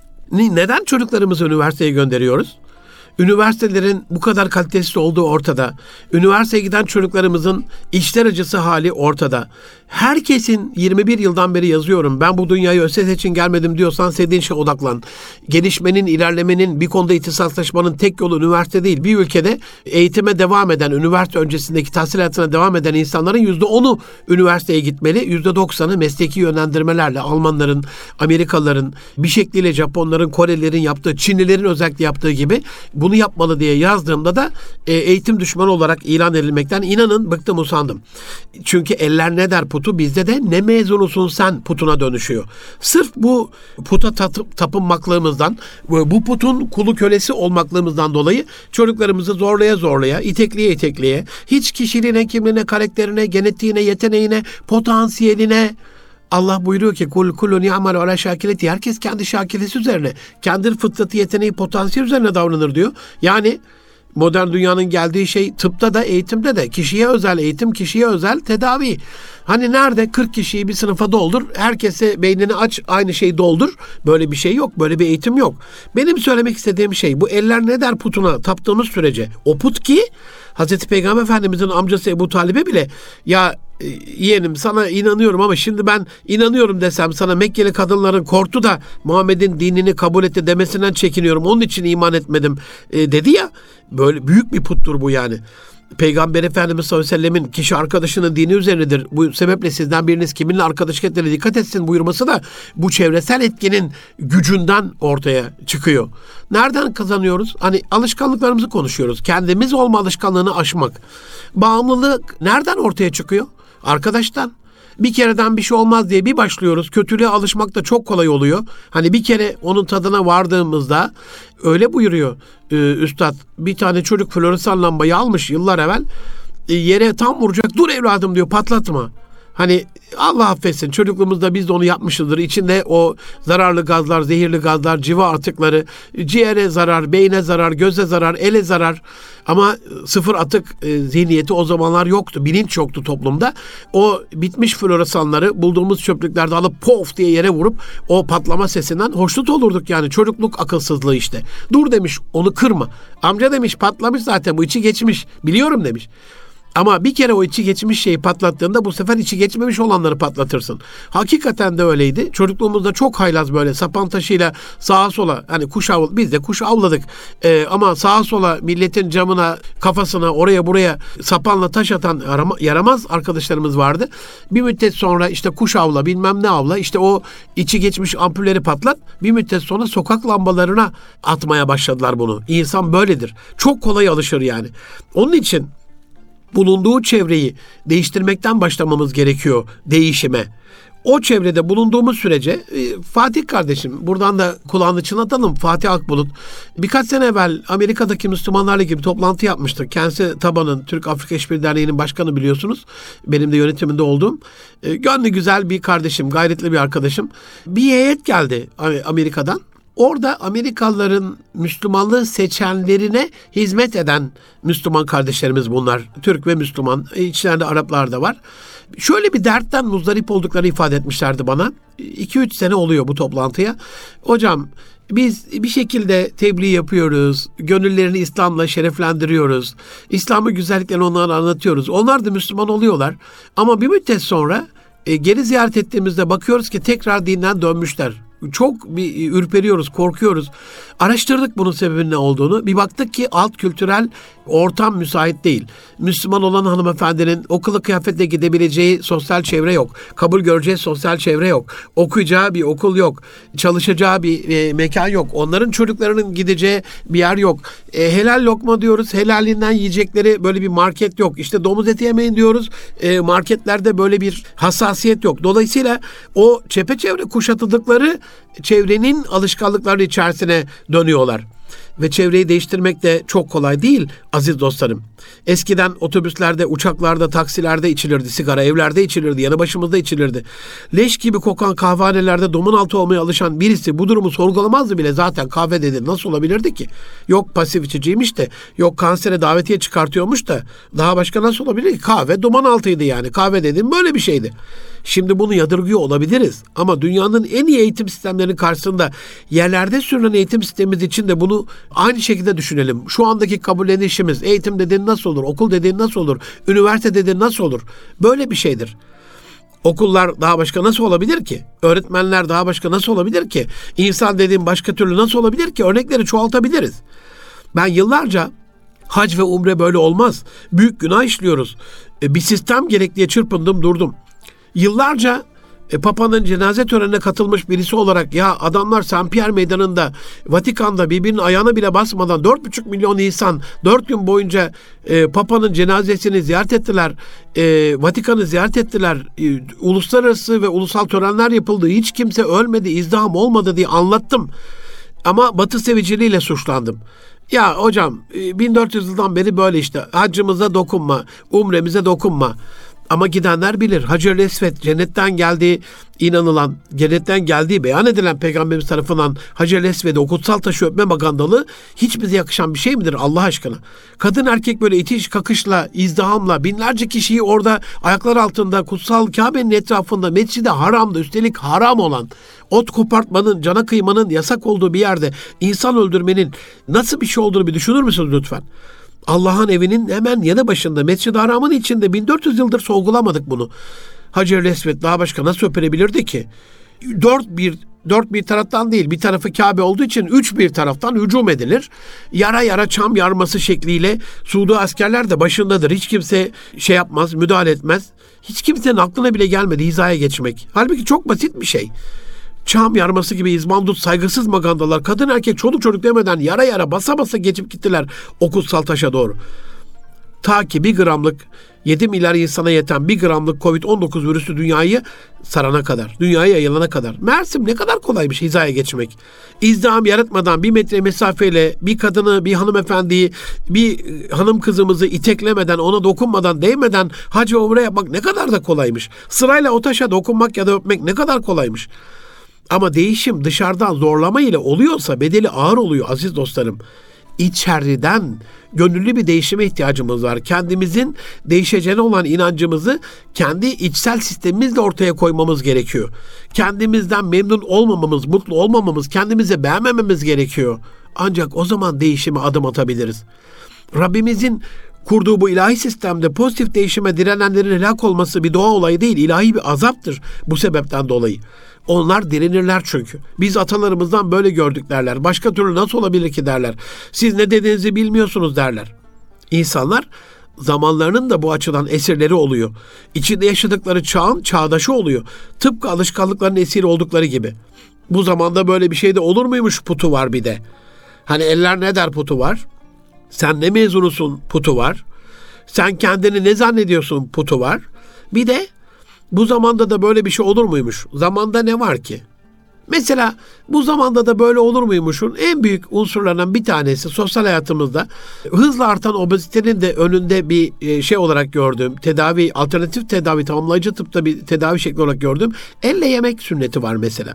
Neden çocuklarımızı üniversiteye gönderiyoruz? Üniversitelerin bu kadar kalitesiz olduğu ortada. Üniversiteye giden çocuklarımızın içler acısı hali ortada. Herkesin yirmi bir yıldan beri yazıyorum. Ben bu dünyaya ÖSS için gelmedim diyorsan sevdiğin şeye odaklan. Gelişmenin, ilerlemenin, bir konuda ihtisaslaşmanın tek yolu üniversite değil. Bir ülkede eğitime devam eden, üniversite öncesindeki tahsil hayatına devam eden insanların yüzde onu üniversiteye gitmeli. yüzde doksanı mesleki yönlendirmelerle Almanların, Amerikalıların, bir şekliyle Japonların, Korelilerin yaptığı, Çinlilerin özellikle yaptığı gibi bunu yapmalı diye yazdığımda da e, eğitim düşmanı olarak ilan edilmekten inanın bıktım usandım. Çünkü eller ne der putu, bizde de ne mezunusun sen putuna dönüşüyor. Sırf bu puta tatıp, tapınmaklığımızdan, bu putun kulu kölesi olmaklığımızdan dolayı çocuklarımızı zorlaya zorlaya, itekleye itekleye, hiç kişiliğine, kimliğine, karakterine, genetiğine, yeteneğine, potansiyeline, Allah buyuruyor ki kul kulun ya'malu ala şakileti, herkes kendi şakilesi üzerine, kendi fıtratı, yeteneği, potansiyel üzerine davranır diyor. Yani modern dünyanın geldiği şey tıpta da eğitimde de kişiye özel eğitim, kişiye özel tedavi. Hani nerede kırk kişiyi bir sınıfa doldur, herkese beynini aç, aynı şeyi doldur. Böyle bir şey yok, böyle bir eğitim yok. Benim söylemek istediğim şey, bu eller ne der putuna taptığımız sürece, o put ki Hazreti Peygamber Efendimizin amcası Ebu Talib'e bile ya yeğenim sana inanıyorum ama şimdi ben inanıyorum desem sana Mekkeli kadınların korktu da Muhammed'in dinini kabul etti demesinden çekiniyorum. Onun için iman etmedim e, dedi ya. Böyle büyük bir puttur bu yani. Peygamber Efendimiz sallallahu aleyhi ve sellemin kişi arkadaşının dini üzerinedir. Bu sebeple sizden biriniz kiminle arkadaşlık ettiğine dikkat etsin buyurması da bu çevresel etkinin gücünden ortaya çıkıyor. Nereden kazanıyoruz? Hani alışkanlıklarımızı konuşuyoruz. Kendimiz olma alışkanlığını aşmak. Bağımlılık nereden ortaya çıkıyor? Arkadaştan. Bir kereden bir şey olmaz diye bir başlıyoruz. Kötülüğe alışmak da çok kolay oluyor. Hani bir kere onun tadına vardığımızda öyle buyuruyor e, üstad. Bir tane çocuk floresan lambayı almış yıllar evvel. E, yere tam vuracak. Dur evladım diyor, patlatma. Hani Allah affetsin, çocukluğumuzda biz de onu yapmışızdır. İçinde o zararlı gazlar, zehirli gazlar, civa atıkları, ciğere zarar, beyne zarar, göze zarar, ele zarar. Ama sıfır atık e, zihniyeti o zamanlar yoktu. Bilinç yoktu toplumda. O bitmiş floresanları bulduğumuz çöplüklerde alıp pof diye yere vurup o patlama sesinden hoşnut olurduk yani. Çocukluk akılsızlığı işte. Dur demiş, onu kırma. Amca demiş, patlamış zaten, bu içi geçmiş. Biliyorum demiş. Ama bir kere o içi geçmiş şeyi patlattığında bu sefer içi geçmemiş olanları patlatırsın. Hakikaten de öyleydi. Çocukluğumuzda çok haylaz böyle sapan taşıyla sağa sola, hani kuş avladık, biz de kuş avladık. Ee, ama sağa sola milletin camına, kafasına, oraya buraya sapanla taş atan yaramaz arkadaşlarımız vardı. Bir müddet sonra işte kuş avla, bilmem ne avla, işte o içi geçmiş ampulleri patlat. Bir müddet sonra sokak lambalarına atmaya başladılar bunu. İnsan böyledir. Çok kolay alışır yani. Onun için bulunduğu çevreyi değiştirmekten başlamamız gerekiyor değişime. O çevrede bulunduğumuz sürece e, Fatih kardeşim, buradan da kulağını çınlatalım, Fatih Akbulut birkaç sene evvel Amerika'daki Müslümanlarla ilgili bir toplantı yapmıştı. Kendisi TABA'nın, Türk Afrika İşbirliği Derneği'nin başkanı biliyorsunuz. Benim de yönetiminde olduğum. E, gönlü güzel bir kardeşim, gayretli bir arkadaşım. Bir heyet geldi Amerika'dan. Orada Amerikalıların Müslümanlığı seçenlerine hizmet eden Müslüman kardeşlerimiz bunlar. Türk ve Müslüman, içlerinde Araplar da var. Şöyle bir dertten muzdarip olduklarını ifade etmişlerdi bana. iki üç sene oluyor bu toplantıya. Hocam biz bir şekilde tebliğ yapıyoruz. Gönüllerini İslam'la şereflendiriyoruz. İslam'ı güzelliklerini onlara anlatıyoruz. Onlar da Müslüman oluyorlar. Ama bir müddet sonra e, geri ziyaret ettiğimizde bakıyoruz ki tekrar dinden dönmüşler. Çok bir ürperiyoruz, korkuyoruz. Araştırdık bunun sebebinin ne olduğunu. Bir baktık ki alt kültürel ortam müsait değil. Müslüman olan hanımefendinin okula kıyafetle gidebileceği sosyal çevre yok. Kabul göreceği sosyal çevre yok. Okuyacağı bir okul yok. Çalışacağı bir e, mekan yok. Onların çocuklarının gideceği bir yer yok. E, helal lokma diyoruz. Helalinden yiyecekleri böyle bir market yok. İşte domuz eti yemeyin diyoruz. E, marketlerde böyle bir hassasiyet yok. Dolayısıyla o çepeçevre kuşatıldıkları çevrenin alışkanlıkları içerisine dönüyorlar. Ve çevreyi değiştirmek de çok kolay değil aziz dostlarım. Eskiden otobüslerde, uçaklarda, taksilerde içilirdi sigara, evlerde içilirdi, yanı başımızda içilirdi. Leş gibi kokan kahvehanelerde domun altı olmaya alışan birisi bu durumu sorgulamazdı bile, zaten kahve dedi. Nasıl olabilirdi ki? Yok pasif içiciymiş de, yok kansere davetiye çıkartıyormuş da, daha başka nasıl olabilir ki? Kahve duman altıydı yani. Kahve dediğim böyle bir şeydi. Şimdi bunu yadırgıyor olabiliriz ama dünyanın en iyi eğitim sistemlerinin karşısında yerlerde sürülen eğitim sistemimiz için de bunu aynı şekilde düşünelim. Şu andaki kabullenişimiz, eğitim dediğin nasıl olur, okul dediğin nasıl olur, üniversite dediğin nasıl olur? Böyle bir şeydir. Okullar daha başka nasıl olabilir ki? Öğretmenler daha başka nasıl olabilir ki? İnsan dediğin başka türlü nasıl olabilir ki? Örnekleri çoğaltabiliriz. Ben yıllarca hac ve umre böyle olmaz, büyük günah işliyoruz, bir sistem gerek diye çırpındım durdum. Yıllarca e, Papa'nın cenaze törenine katılmış birisi olarak, ya adamlar Saint Pierre Meydanı'nda, Vatikan'da birbirinin ayağına bile basmadan dört buçuk milyon insan dört gün boyunca e, Papa'nın cenazesini ziyaret ettiler. E, Vatikan'ı ziyaret ettiler. E, uluslararası ve ulusal törenler yapıldı. Hiç kimse ölmedi, izdiham olmadı diye anlattım. Ama Batı seviciliğiyle suçlandım. Ya hocam bin dört yüz yıldan beri böyle işte. Haccımıza dokunma, umremize dokunma. Ama gidenler bilir. Hacer-i Esved cennetten geldiği inanılan, cennetten geldiği beyan edilen Peygamberimiz tarafından Hacer-i Esved'i, o kutsal taşı öpme magandalı hiç bize yakışan bir şey midir Allah aşkına? Kadın erkek böyle itiş kakışla, izdihamla, binlerce kişiyi orada ayaklar altında, kutsal Kabe'nin etrafında, Mescid-i Haram'da, üstelik haram olan, ot kopartmanın, cana kıymanın yasak olduğu bir yerde insan öldürmenin nasıl bir şey olduğunu bir düşünür müsünüz lütfen? Allah'ın evinin hemen yanı başında, Mescid-i Haram'ın içinde bin dört yüz yıldır sorgulamadık bunu. Hacer-i Esved daha başka nasıl öpebilirdi ki? Dört bir, dört bir taraftan değil, bir tarafı Kabe olduğu için üç bir taraftan hücum edilir. Yara yara çam yarması şekliyle Suudi askerler de başındadır. Hiç kimse şey yapmaz, müdahale etmez. Hiç kimsenin aklına bile gelmedi hizaya geçmek. Halbuki çok basit bir şey. Çam yarması gibi izmandut saygısız magandalar, kadın erkek çoluk çocuk demeden yara yara basa basa geçip gittiler o kutsal taşa doğru. Ta ki bir gramlık, yedi milyar insana yeten bir gramlık kovid on dokuz virüsü dünyayı sarana kadar, dünyaya yayılana kadar. Meğersem ne kadar kolaymış hizaya geçmek. İzdiham yaratmadan bir metre mesafeyle bir kadını, bir hanımefendiyi, bir hanım kızımızı iteklemeden, ona dokunmadan, değmeden hac ve umre yapmak ne kadar da kolaymış. Sırayla o taşa dokunmak ya da öpmek ne kadar kolaymış. Ama değişim dışarıdan zorlama ile oluyorsa bedeli ağır oluyor aziz dostlarım. İçeriden gönüllü bir değişime ihtiyacımız var. Kendimizin değişeceğine olan inancımızı kendi içsel sistemimizle ortaya koymamız gerekiyor. Kendimizden memnun olmamamız, mutlu olmamamız, kendimizi beğenmememiz gerekiyor. Ancak o zaman değişime adım atabiliriz. Rabbimizin kurduğu bu ilahi sistemde pozitif değişime direnenlerin helak olması bir doğa olayı değil, ilahi bir azaptır bu sebepten dolayı. Onlar direnirler çünkü. Biz atalarımızdan böyle gördük derler. Başka türlü nasıl olabilir ki derler. Siz ne dediğinizi bilmiyorsunuz derler. İnsanlar zamanlarının da bu açıdan esirleri oluyor. İçinde yaşadıkları çağın çağdaşı oluyor. Tıpkı alışkanlıkların esiri oldukları gibi. Bu zamanda böyle bir şey de olur muymuş putu var bir de. Hani eller ne der putu var? Sen ne mezunusun putu var? Sen kendini ne zannediyorsun putu var. Bir de bu zamanda da böyle bir şey olur muymuş? Zamanda ne var ki? Mesela bu zamanda da böyle olur muymuşun en büyük unsurlarından bir tanesi sosyal hayatımızda hızla artan obezitenin de önünde bir şey olarak gördüğüm, tedavi, alternatif tedavi, tamamlayıcı tıpta bir tedavi şekli olarak gördüğüm elle yemek sünneti var mesela.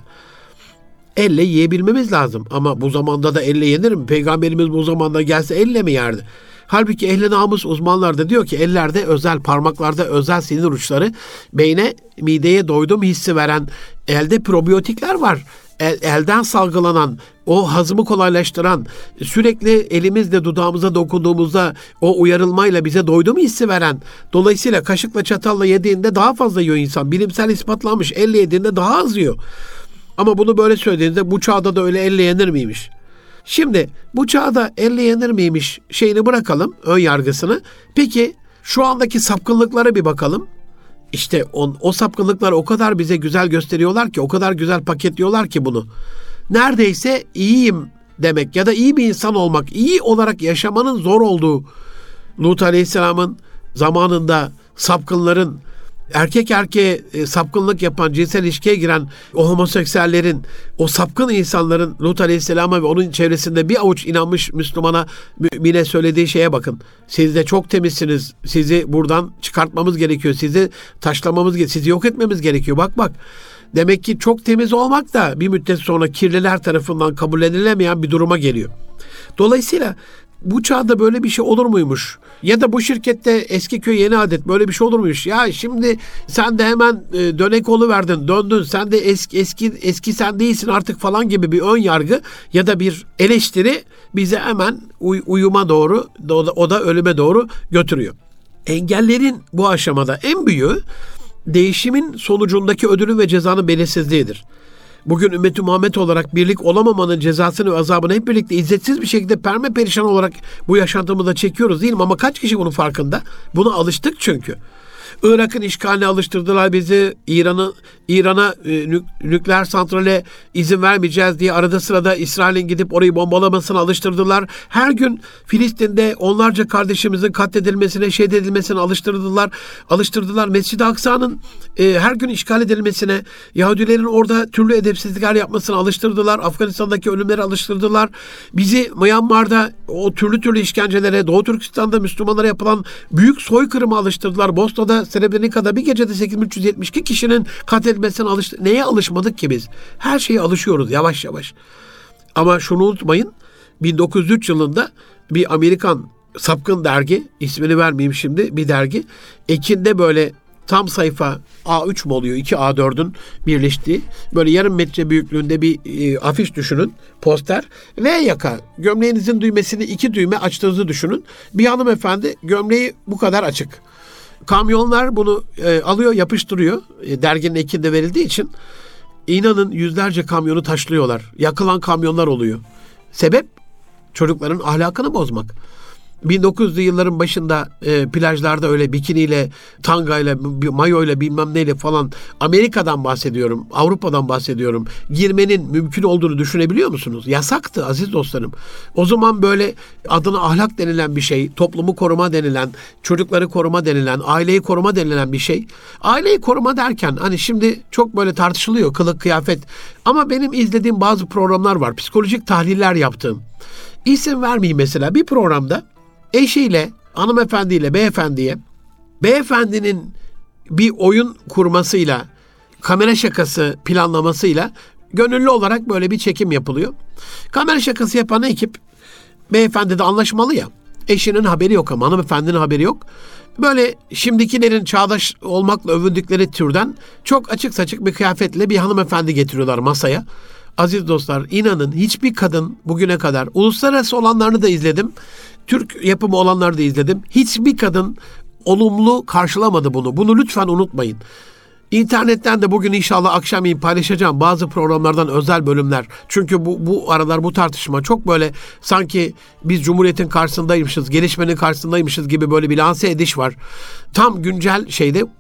Elle yiyebilmemiz lazım ama bu zamanda da elle yenir mi? Peygamberimiz bu zamanda gelse elle mi yerdi? Halbuki ehli namus uzmanlar da diyor ki ellerde özel, parmaklarda özel sinir uçları beyne, mideye doydum hissi veren elde probiyotikler var. El, elden salgılanan, o hazımı kolaylaştıran, sürekli elimizle dudağımıza dokunduğumuzda o uyarılmayla bize doydum hissi veren, dolayısıyla kaşıkla çatalla yediğinde daha fazla yiyor insan. Bilimsel ispatlanmış, elle yediğinde daha az yiyor. Ama bunu böyle söylediğinde bu çağda da öyle elle yenir miymiş? Şimdi bu çağda elle yenir miymiş şeyini bırakalım, ön yargısını. Peki şu andaki sapkınlıklara bir bakalım. İşte on, o sapkınlıkları o kadar bize güzel gösteriyorlar ki, o kadar güzel paketliyorlar ki bunu. Neredeyse iyiyim demek ya da iyi bir insan olmak, iyi olarak yaşamanın zor olduğu, Lut Aleyhisselam'ın zamanında sapkınların, erkek erkeğe e, sapkınlık yapan, cinsel ilişkiye giren o homoseksüellerin, o sapkın insanların Lut Aleyhisselam'a ve onun çevresinde bir avuç inanmış Müslümana, mümine söylediği şeye bakın. Siz de çok temizsiniz. Sizi buradan çıkartmamız gerekiyor. Sizi taşlamamız gerekiyor. Sizi yok etmemiz gerekiyor. Bak bak. Demek ki çok temiz olmak da bir müddet sonra kirliler tarafından kabul edilemeyen bir duruma geliyor. Dolayısıyla bu çağda böyle bir şey olur muymuş? Ya da bu şirkette eski köy yeni adet böyle bir şey olur muymuş? Ya şimdi sen de hemen dönek oluverdin, döndün. Sen de eski eski eski sen değilsin artık falan gibi bir ön yargı ya da bir eleştiri bize hemen uy- uyuma doğru, o da, o da ölüme doğru götürüyor. Engellerin bu aşamada en büyüğü değişimin sonucundaki ödülün ve cezanın belirsizliğidir. Bugün Ümmet-i Muhammed olarak birlik olamamanın cezasını ve azabını hep birlikte izzetsiz bir şekilde perme perişan olarak bu yaşantımızda çekiyoruz değil mi? Ama kaç kişi bunun farkında? Buna alıştık çünkü. Irak'ın işgaline alıştırdılar bizi. İran'ı İran'a e, nük, nükleer santrale izin vermeyeceğiz diye arada sırada İsrail'in gidip orayı bombalamasına alıştırdılar. Her gün Filistin'de onlarca kardeşimizin katledilmesine, şehit edilmesine alıştırdılar. Alıştırdılar. Mescid-i Aksa'nın e, her gün işgal edilmesine, Yahudilerin orada türlü edepsizlikler yapmasına alıştırdılar. Afganistan'daki ölümlere alıştırdılar. Bizi Myanmar'da o türlü türlü işkencelere, Doğu Türkistan'da Müslümanlara yapılan büyük soykırıma alıştırdılar. Bosna'da, Srebrenica'da bir gecede sekiz bin üç yüz yetmiş iki kişinin katledilmesine alıştık. Neye alışmadık ki biz? Her şeye alışıyoruz yavaş yavaş. Ama şunu unutmayın. bin dokuz yüz üç yılında bir Amerikan sapkın dergi, ismini vermeyeyim şimdi, bir dergi. Ekinde böyle tam sayfa A üç mü oluyor? iki A dördün birleştiği böyle yarım metre büyüklüğünde bir e, afiş düşünün. Poster. V yaka. Gömleğinizin düğmesini iki düğme açtığınızı düşünün. Bir hanımefendi gömleği bu kadar açık. Kamyonlar bunu e, alıyor, yapıştırıyor. E, derginin ekinde verildiği için inanın yüzlerce kamyonu taşlıyorlar. Yakılan kamyonlar oluyor. Sebep? Çocukların ahlakını bozmak. bin dokuz yüzlü yılların başında e, plajlarda öyle bikiniyle, tangayla, mayoyla bilmem neyle falan Amerika'dan bahsediyorum, Avrupa'dan bahsediyorum. Girmenin mümkün olduğunu düşünebiliyor musunuz? Yasaktı aziz dostlarım. O zaman böyle adına ahlak denilen bir şey, toplumu koruma denilen, çocukları koruma denilen, aileyi koruma denilen bir şey. Aileyi koruma derken hani şimdi çok böyle tartışılıyor kılık kıyafet. Ama benim izlediğim bazı programlar var. Psikolojik tahliller yaptığım. İsim vermeyeyim mesela bir programda eşiyle, hanımefendiyle, beyefendiye, beyefendinin bir oyun kurmasıyla, kamera şakası planlamasıyla gönüllü olarak böyle bir çekim yapılıyor. Kamera şakası yapan ekip, beyefendi de anlaşmalı ya, eşinin haberi yok ama hanımefendinin haberi yok. Böyle şimdikilerin çağdaş olmakla övündükleri türden çok açık saçık bir kıyafetle bir hanımefendi getiriyorlar masaya. Aziz dostlar, inanın hiçbir kadın bugüne kadar, uluslararası olanlarını da izledim, Türk yapımı olanları da izledim. Hiçbir kadın olumlu karşılamadı bunu. Bunu lütfen unutmayın. İnternetten de bugün inşallah akşamleyin paylaşacağım bazı programlardan özel bölümler. Çünkü bu, bu aralar bu tartışma çok böyle sanki biz Cumhuriyet'in karşısındaymışız, gelişmenin karşısındaymışız gibi böyle bir lanse ediş var. Tam güncel şeyde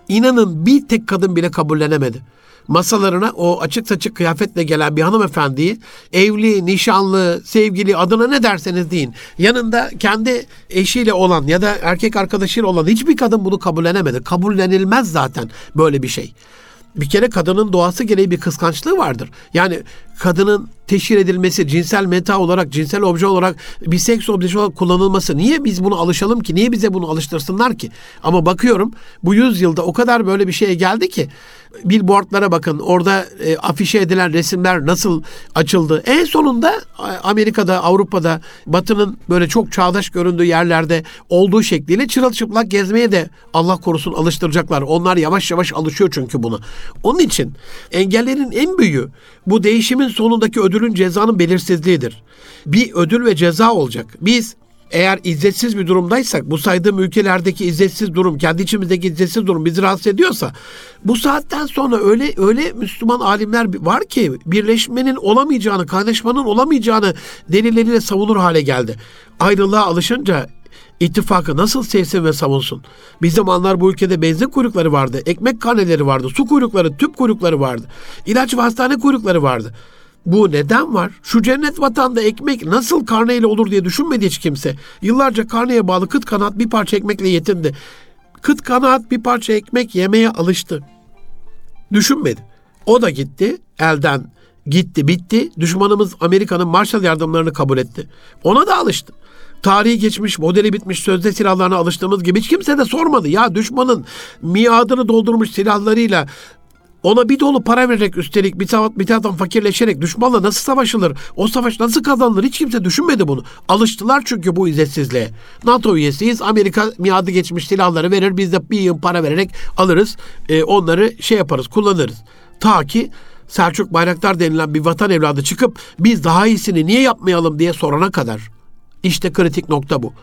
İnanın bir tek kadın bile kabullenemedi. Masalarına o açık saçık kıyafetle gelen bir hanımefendiyi evli, nişanlı, sevgili, adına ne derseniz deyin, yanında kendi eşiyle olan ya da erkek arkadaşıyla olan hiçbir kadın bunu kabullenemedi. Kabullenilmez zaten böyle bir şey. Bir kere kadının doğası gereği bir kıskançlığı vardır. Yani kadının teşhir edilmesi, cinsel meta olarak, cinsel obje olarak, bir seks objesi olarak kullanılması. Niye biz bunu alışalım ki? Niye bize bunu alıştırsınlar ki? Ama bakıyorum bu yüzyılda o kadar böyle bir şeye geldi ki, billboardlara bakın, orada e, afişe edilen resimler nasıl açıldı. En sonunda Amerika'da, Avrupa'da, Batı'nın böyle çok çağdaş göründüğü yerlerde olduğu şekliyle çırılçıplak gezmeye de Allah korusun alıştıracaklar. Onlar yavaş yavaş alışıyor çünkü buna. Onun için engellerin en büyüğü bu değişimin sonundaki ödülün, cezanın belirsizliğidir. Bir ödül ve ceza olacak. Biz eğer izzetsiz bir durumdaysak, bu saydığım ülkelerdeki izzetsiz durum, kendi içimizdeki izzetsiz durum bizi rahatsız ediyorsa, bu saatten sonra öyle öyle Müslüman alimler var ki birleşmenin olamayacağını, kaynaşmanın olamayacağını delilleriyle savunur hale geldi. Ayrılığa alışınca ittifakı nasıl sevsin ve savunsun? Bir zamanlar bu ülkede benzin kuyrukları vardı, ekmek karneleri vardı, su kuyrukları, tüp kuyrukları vardı, ilaç ve hastane kuyrukları vardı. Bu neden var? Şu cennet vatanda ekmek nasıl karneyle olur diye düşünmedi hiç kimse. Yıllarca karneye bağlı kıt kanaat bir parça ekmekle yetindi. Kıt kanaat bir parça ekmek yemeye alıştı. Düşünmedi. O da gitti, elden gitti, bitti. Düşmanımız Amerika'nın Marshall yardımlarını kabul etti. Ona da alıştı. Tarihi geçmiş, modeli bitmiş sözde silahlarına alıştığımız gibi hiç kimse de sormadı. Ya düşmanın miadını doldurmuş silahlarıyla, ona bir dolu para vererek, üstelik bir, taraf, bir taraftan fakirleşerek düşmanla nasıl savaşılır? O savaş nasıl kazanılır? Hiç kimse düşünmedi bunu. Alıştılar çünkü bu izzetsizliğe. NATO üyesiyiz. Amerika miadı geçmiş silahları verir. Biz de bir yıl para vererek alırız. E, onları şey yaparız, kullanırız. Ta ki Selçuk Bayraktar denilen bir vatan evladı çıkıp biz daha iyisini niye yapmayalım diye sorana kadar. İşte kritik nokta bu.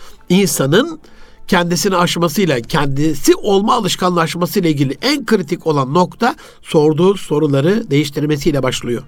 İnsanın kendisini aşmasıyla, kendisi olma alışkanlığı aşmasıyla ilgili en kritik olan nokta sorduğu soruları değiştirmesiyle başlıyor.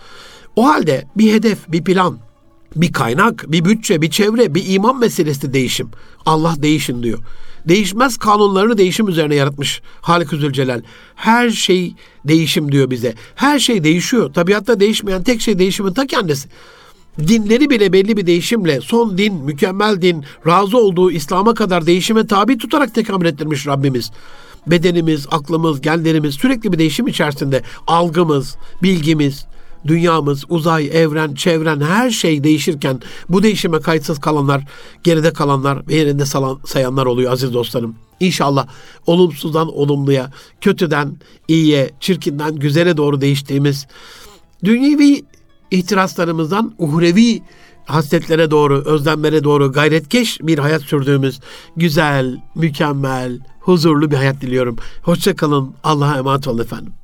O halde bir hedef, bir plan, bir kaynak, bir bütçe, bir çevre, bir iman meselesi değişim. Allah değişin diyor. Değişmez kanunlarını değişim üzerine yaratmış Halik-i Zülcelal. Her şey değişim diyor bize. Her şey değişiyor. Tabiatta değişmeyen tek şey değişimin ta kendisi. Dinleri bile belli bir değişimle, son din, mükemmel din, razı olduğu İslam'a kadar değişime tabi tutarak tekamül ettirmiş Rabbimiz. Bedenimiz, aklımız, genlerimiz sürekli bir değişim içerisinde. Algımız, bilgimiz, dünyamız, uzay, evren, çevren, her şey değişirken bu değişime kayıtsız kalanlar, geride kalanlar ve yerinde salan, sayanlar oluyor aziz dostlarım. İnşallah olumsuzdan olumluya, kötüden iyiye, çirkinden güzele doğru değiştiğimiz, dünyevi ihtiraslarımızdan uhrevi hasletlere doğru, özlemlere doğru gayretkeş bir hayat sürdüğümüz güzel, mükemmel, huzurlu bir hayat diliyorum. Hoşça kalın. Allah'a emanet olun efendim.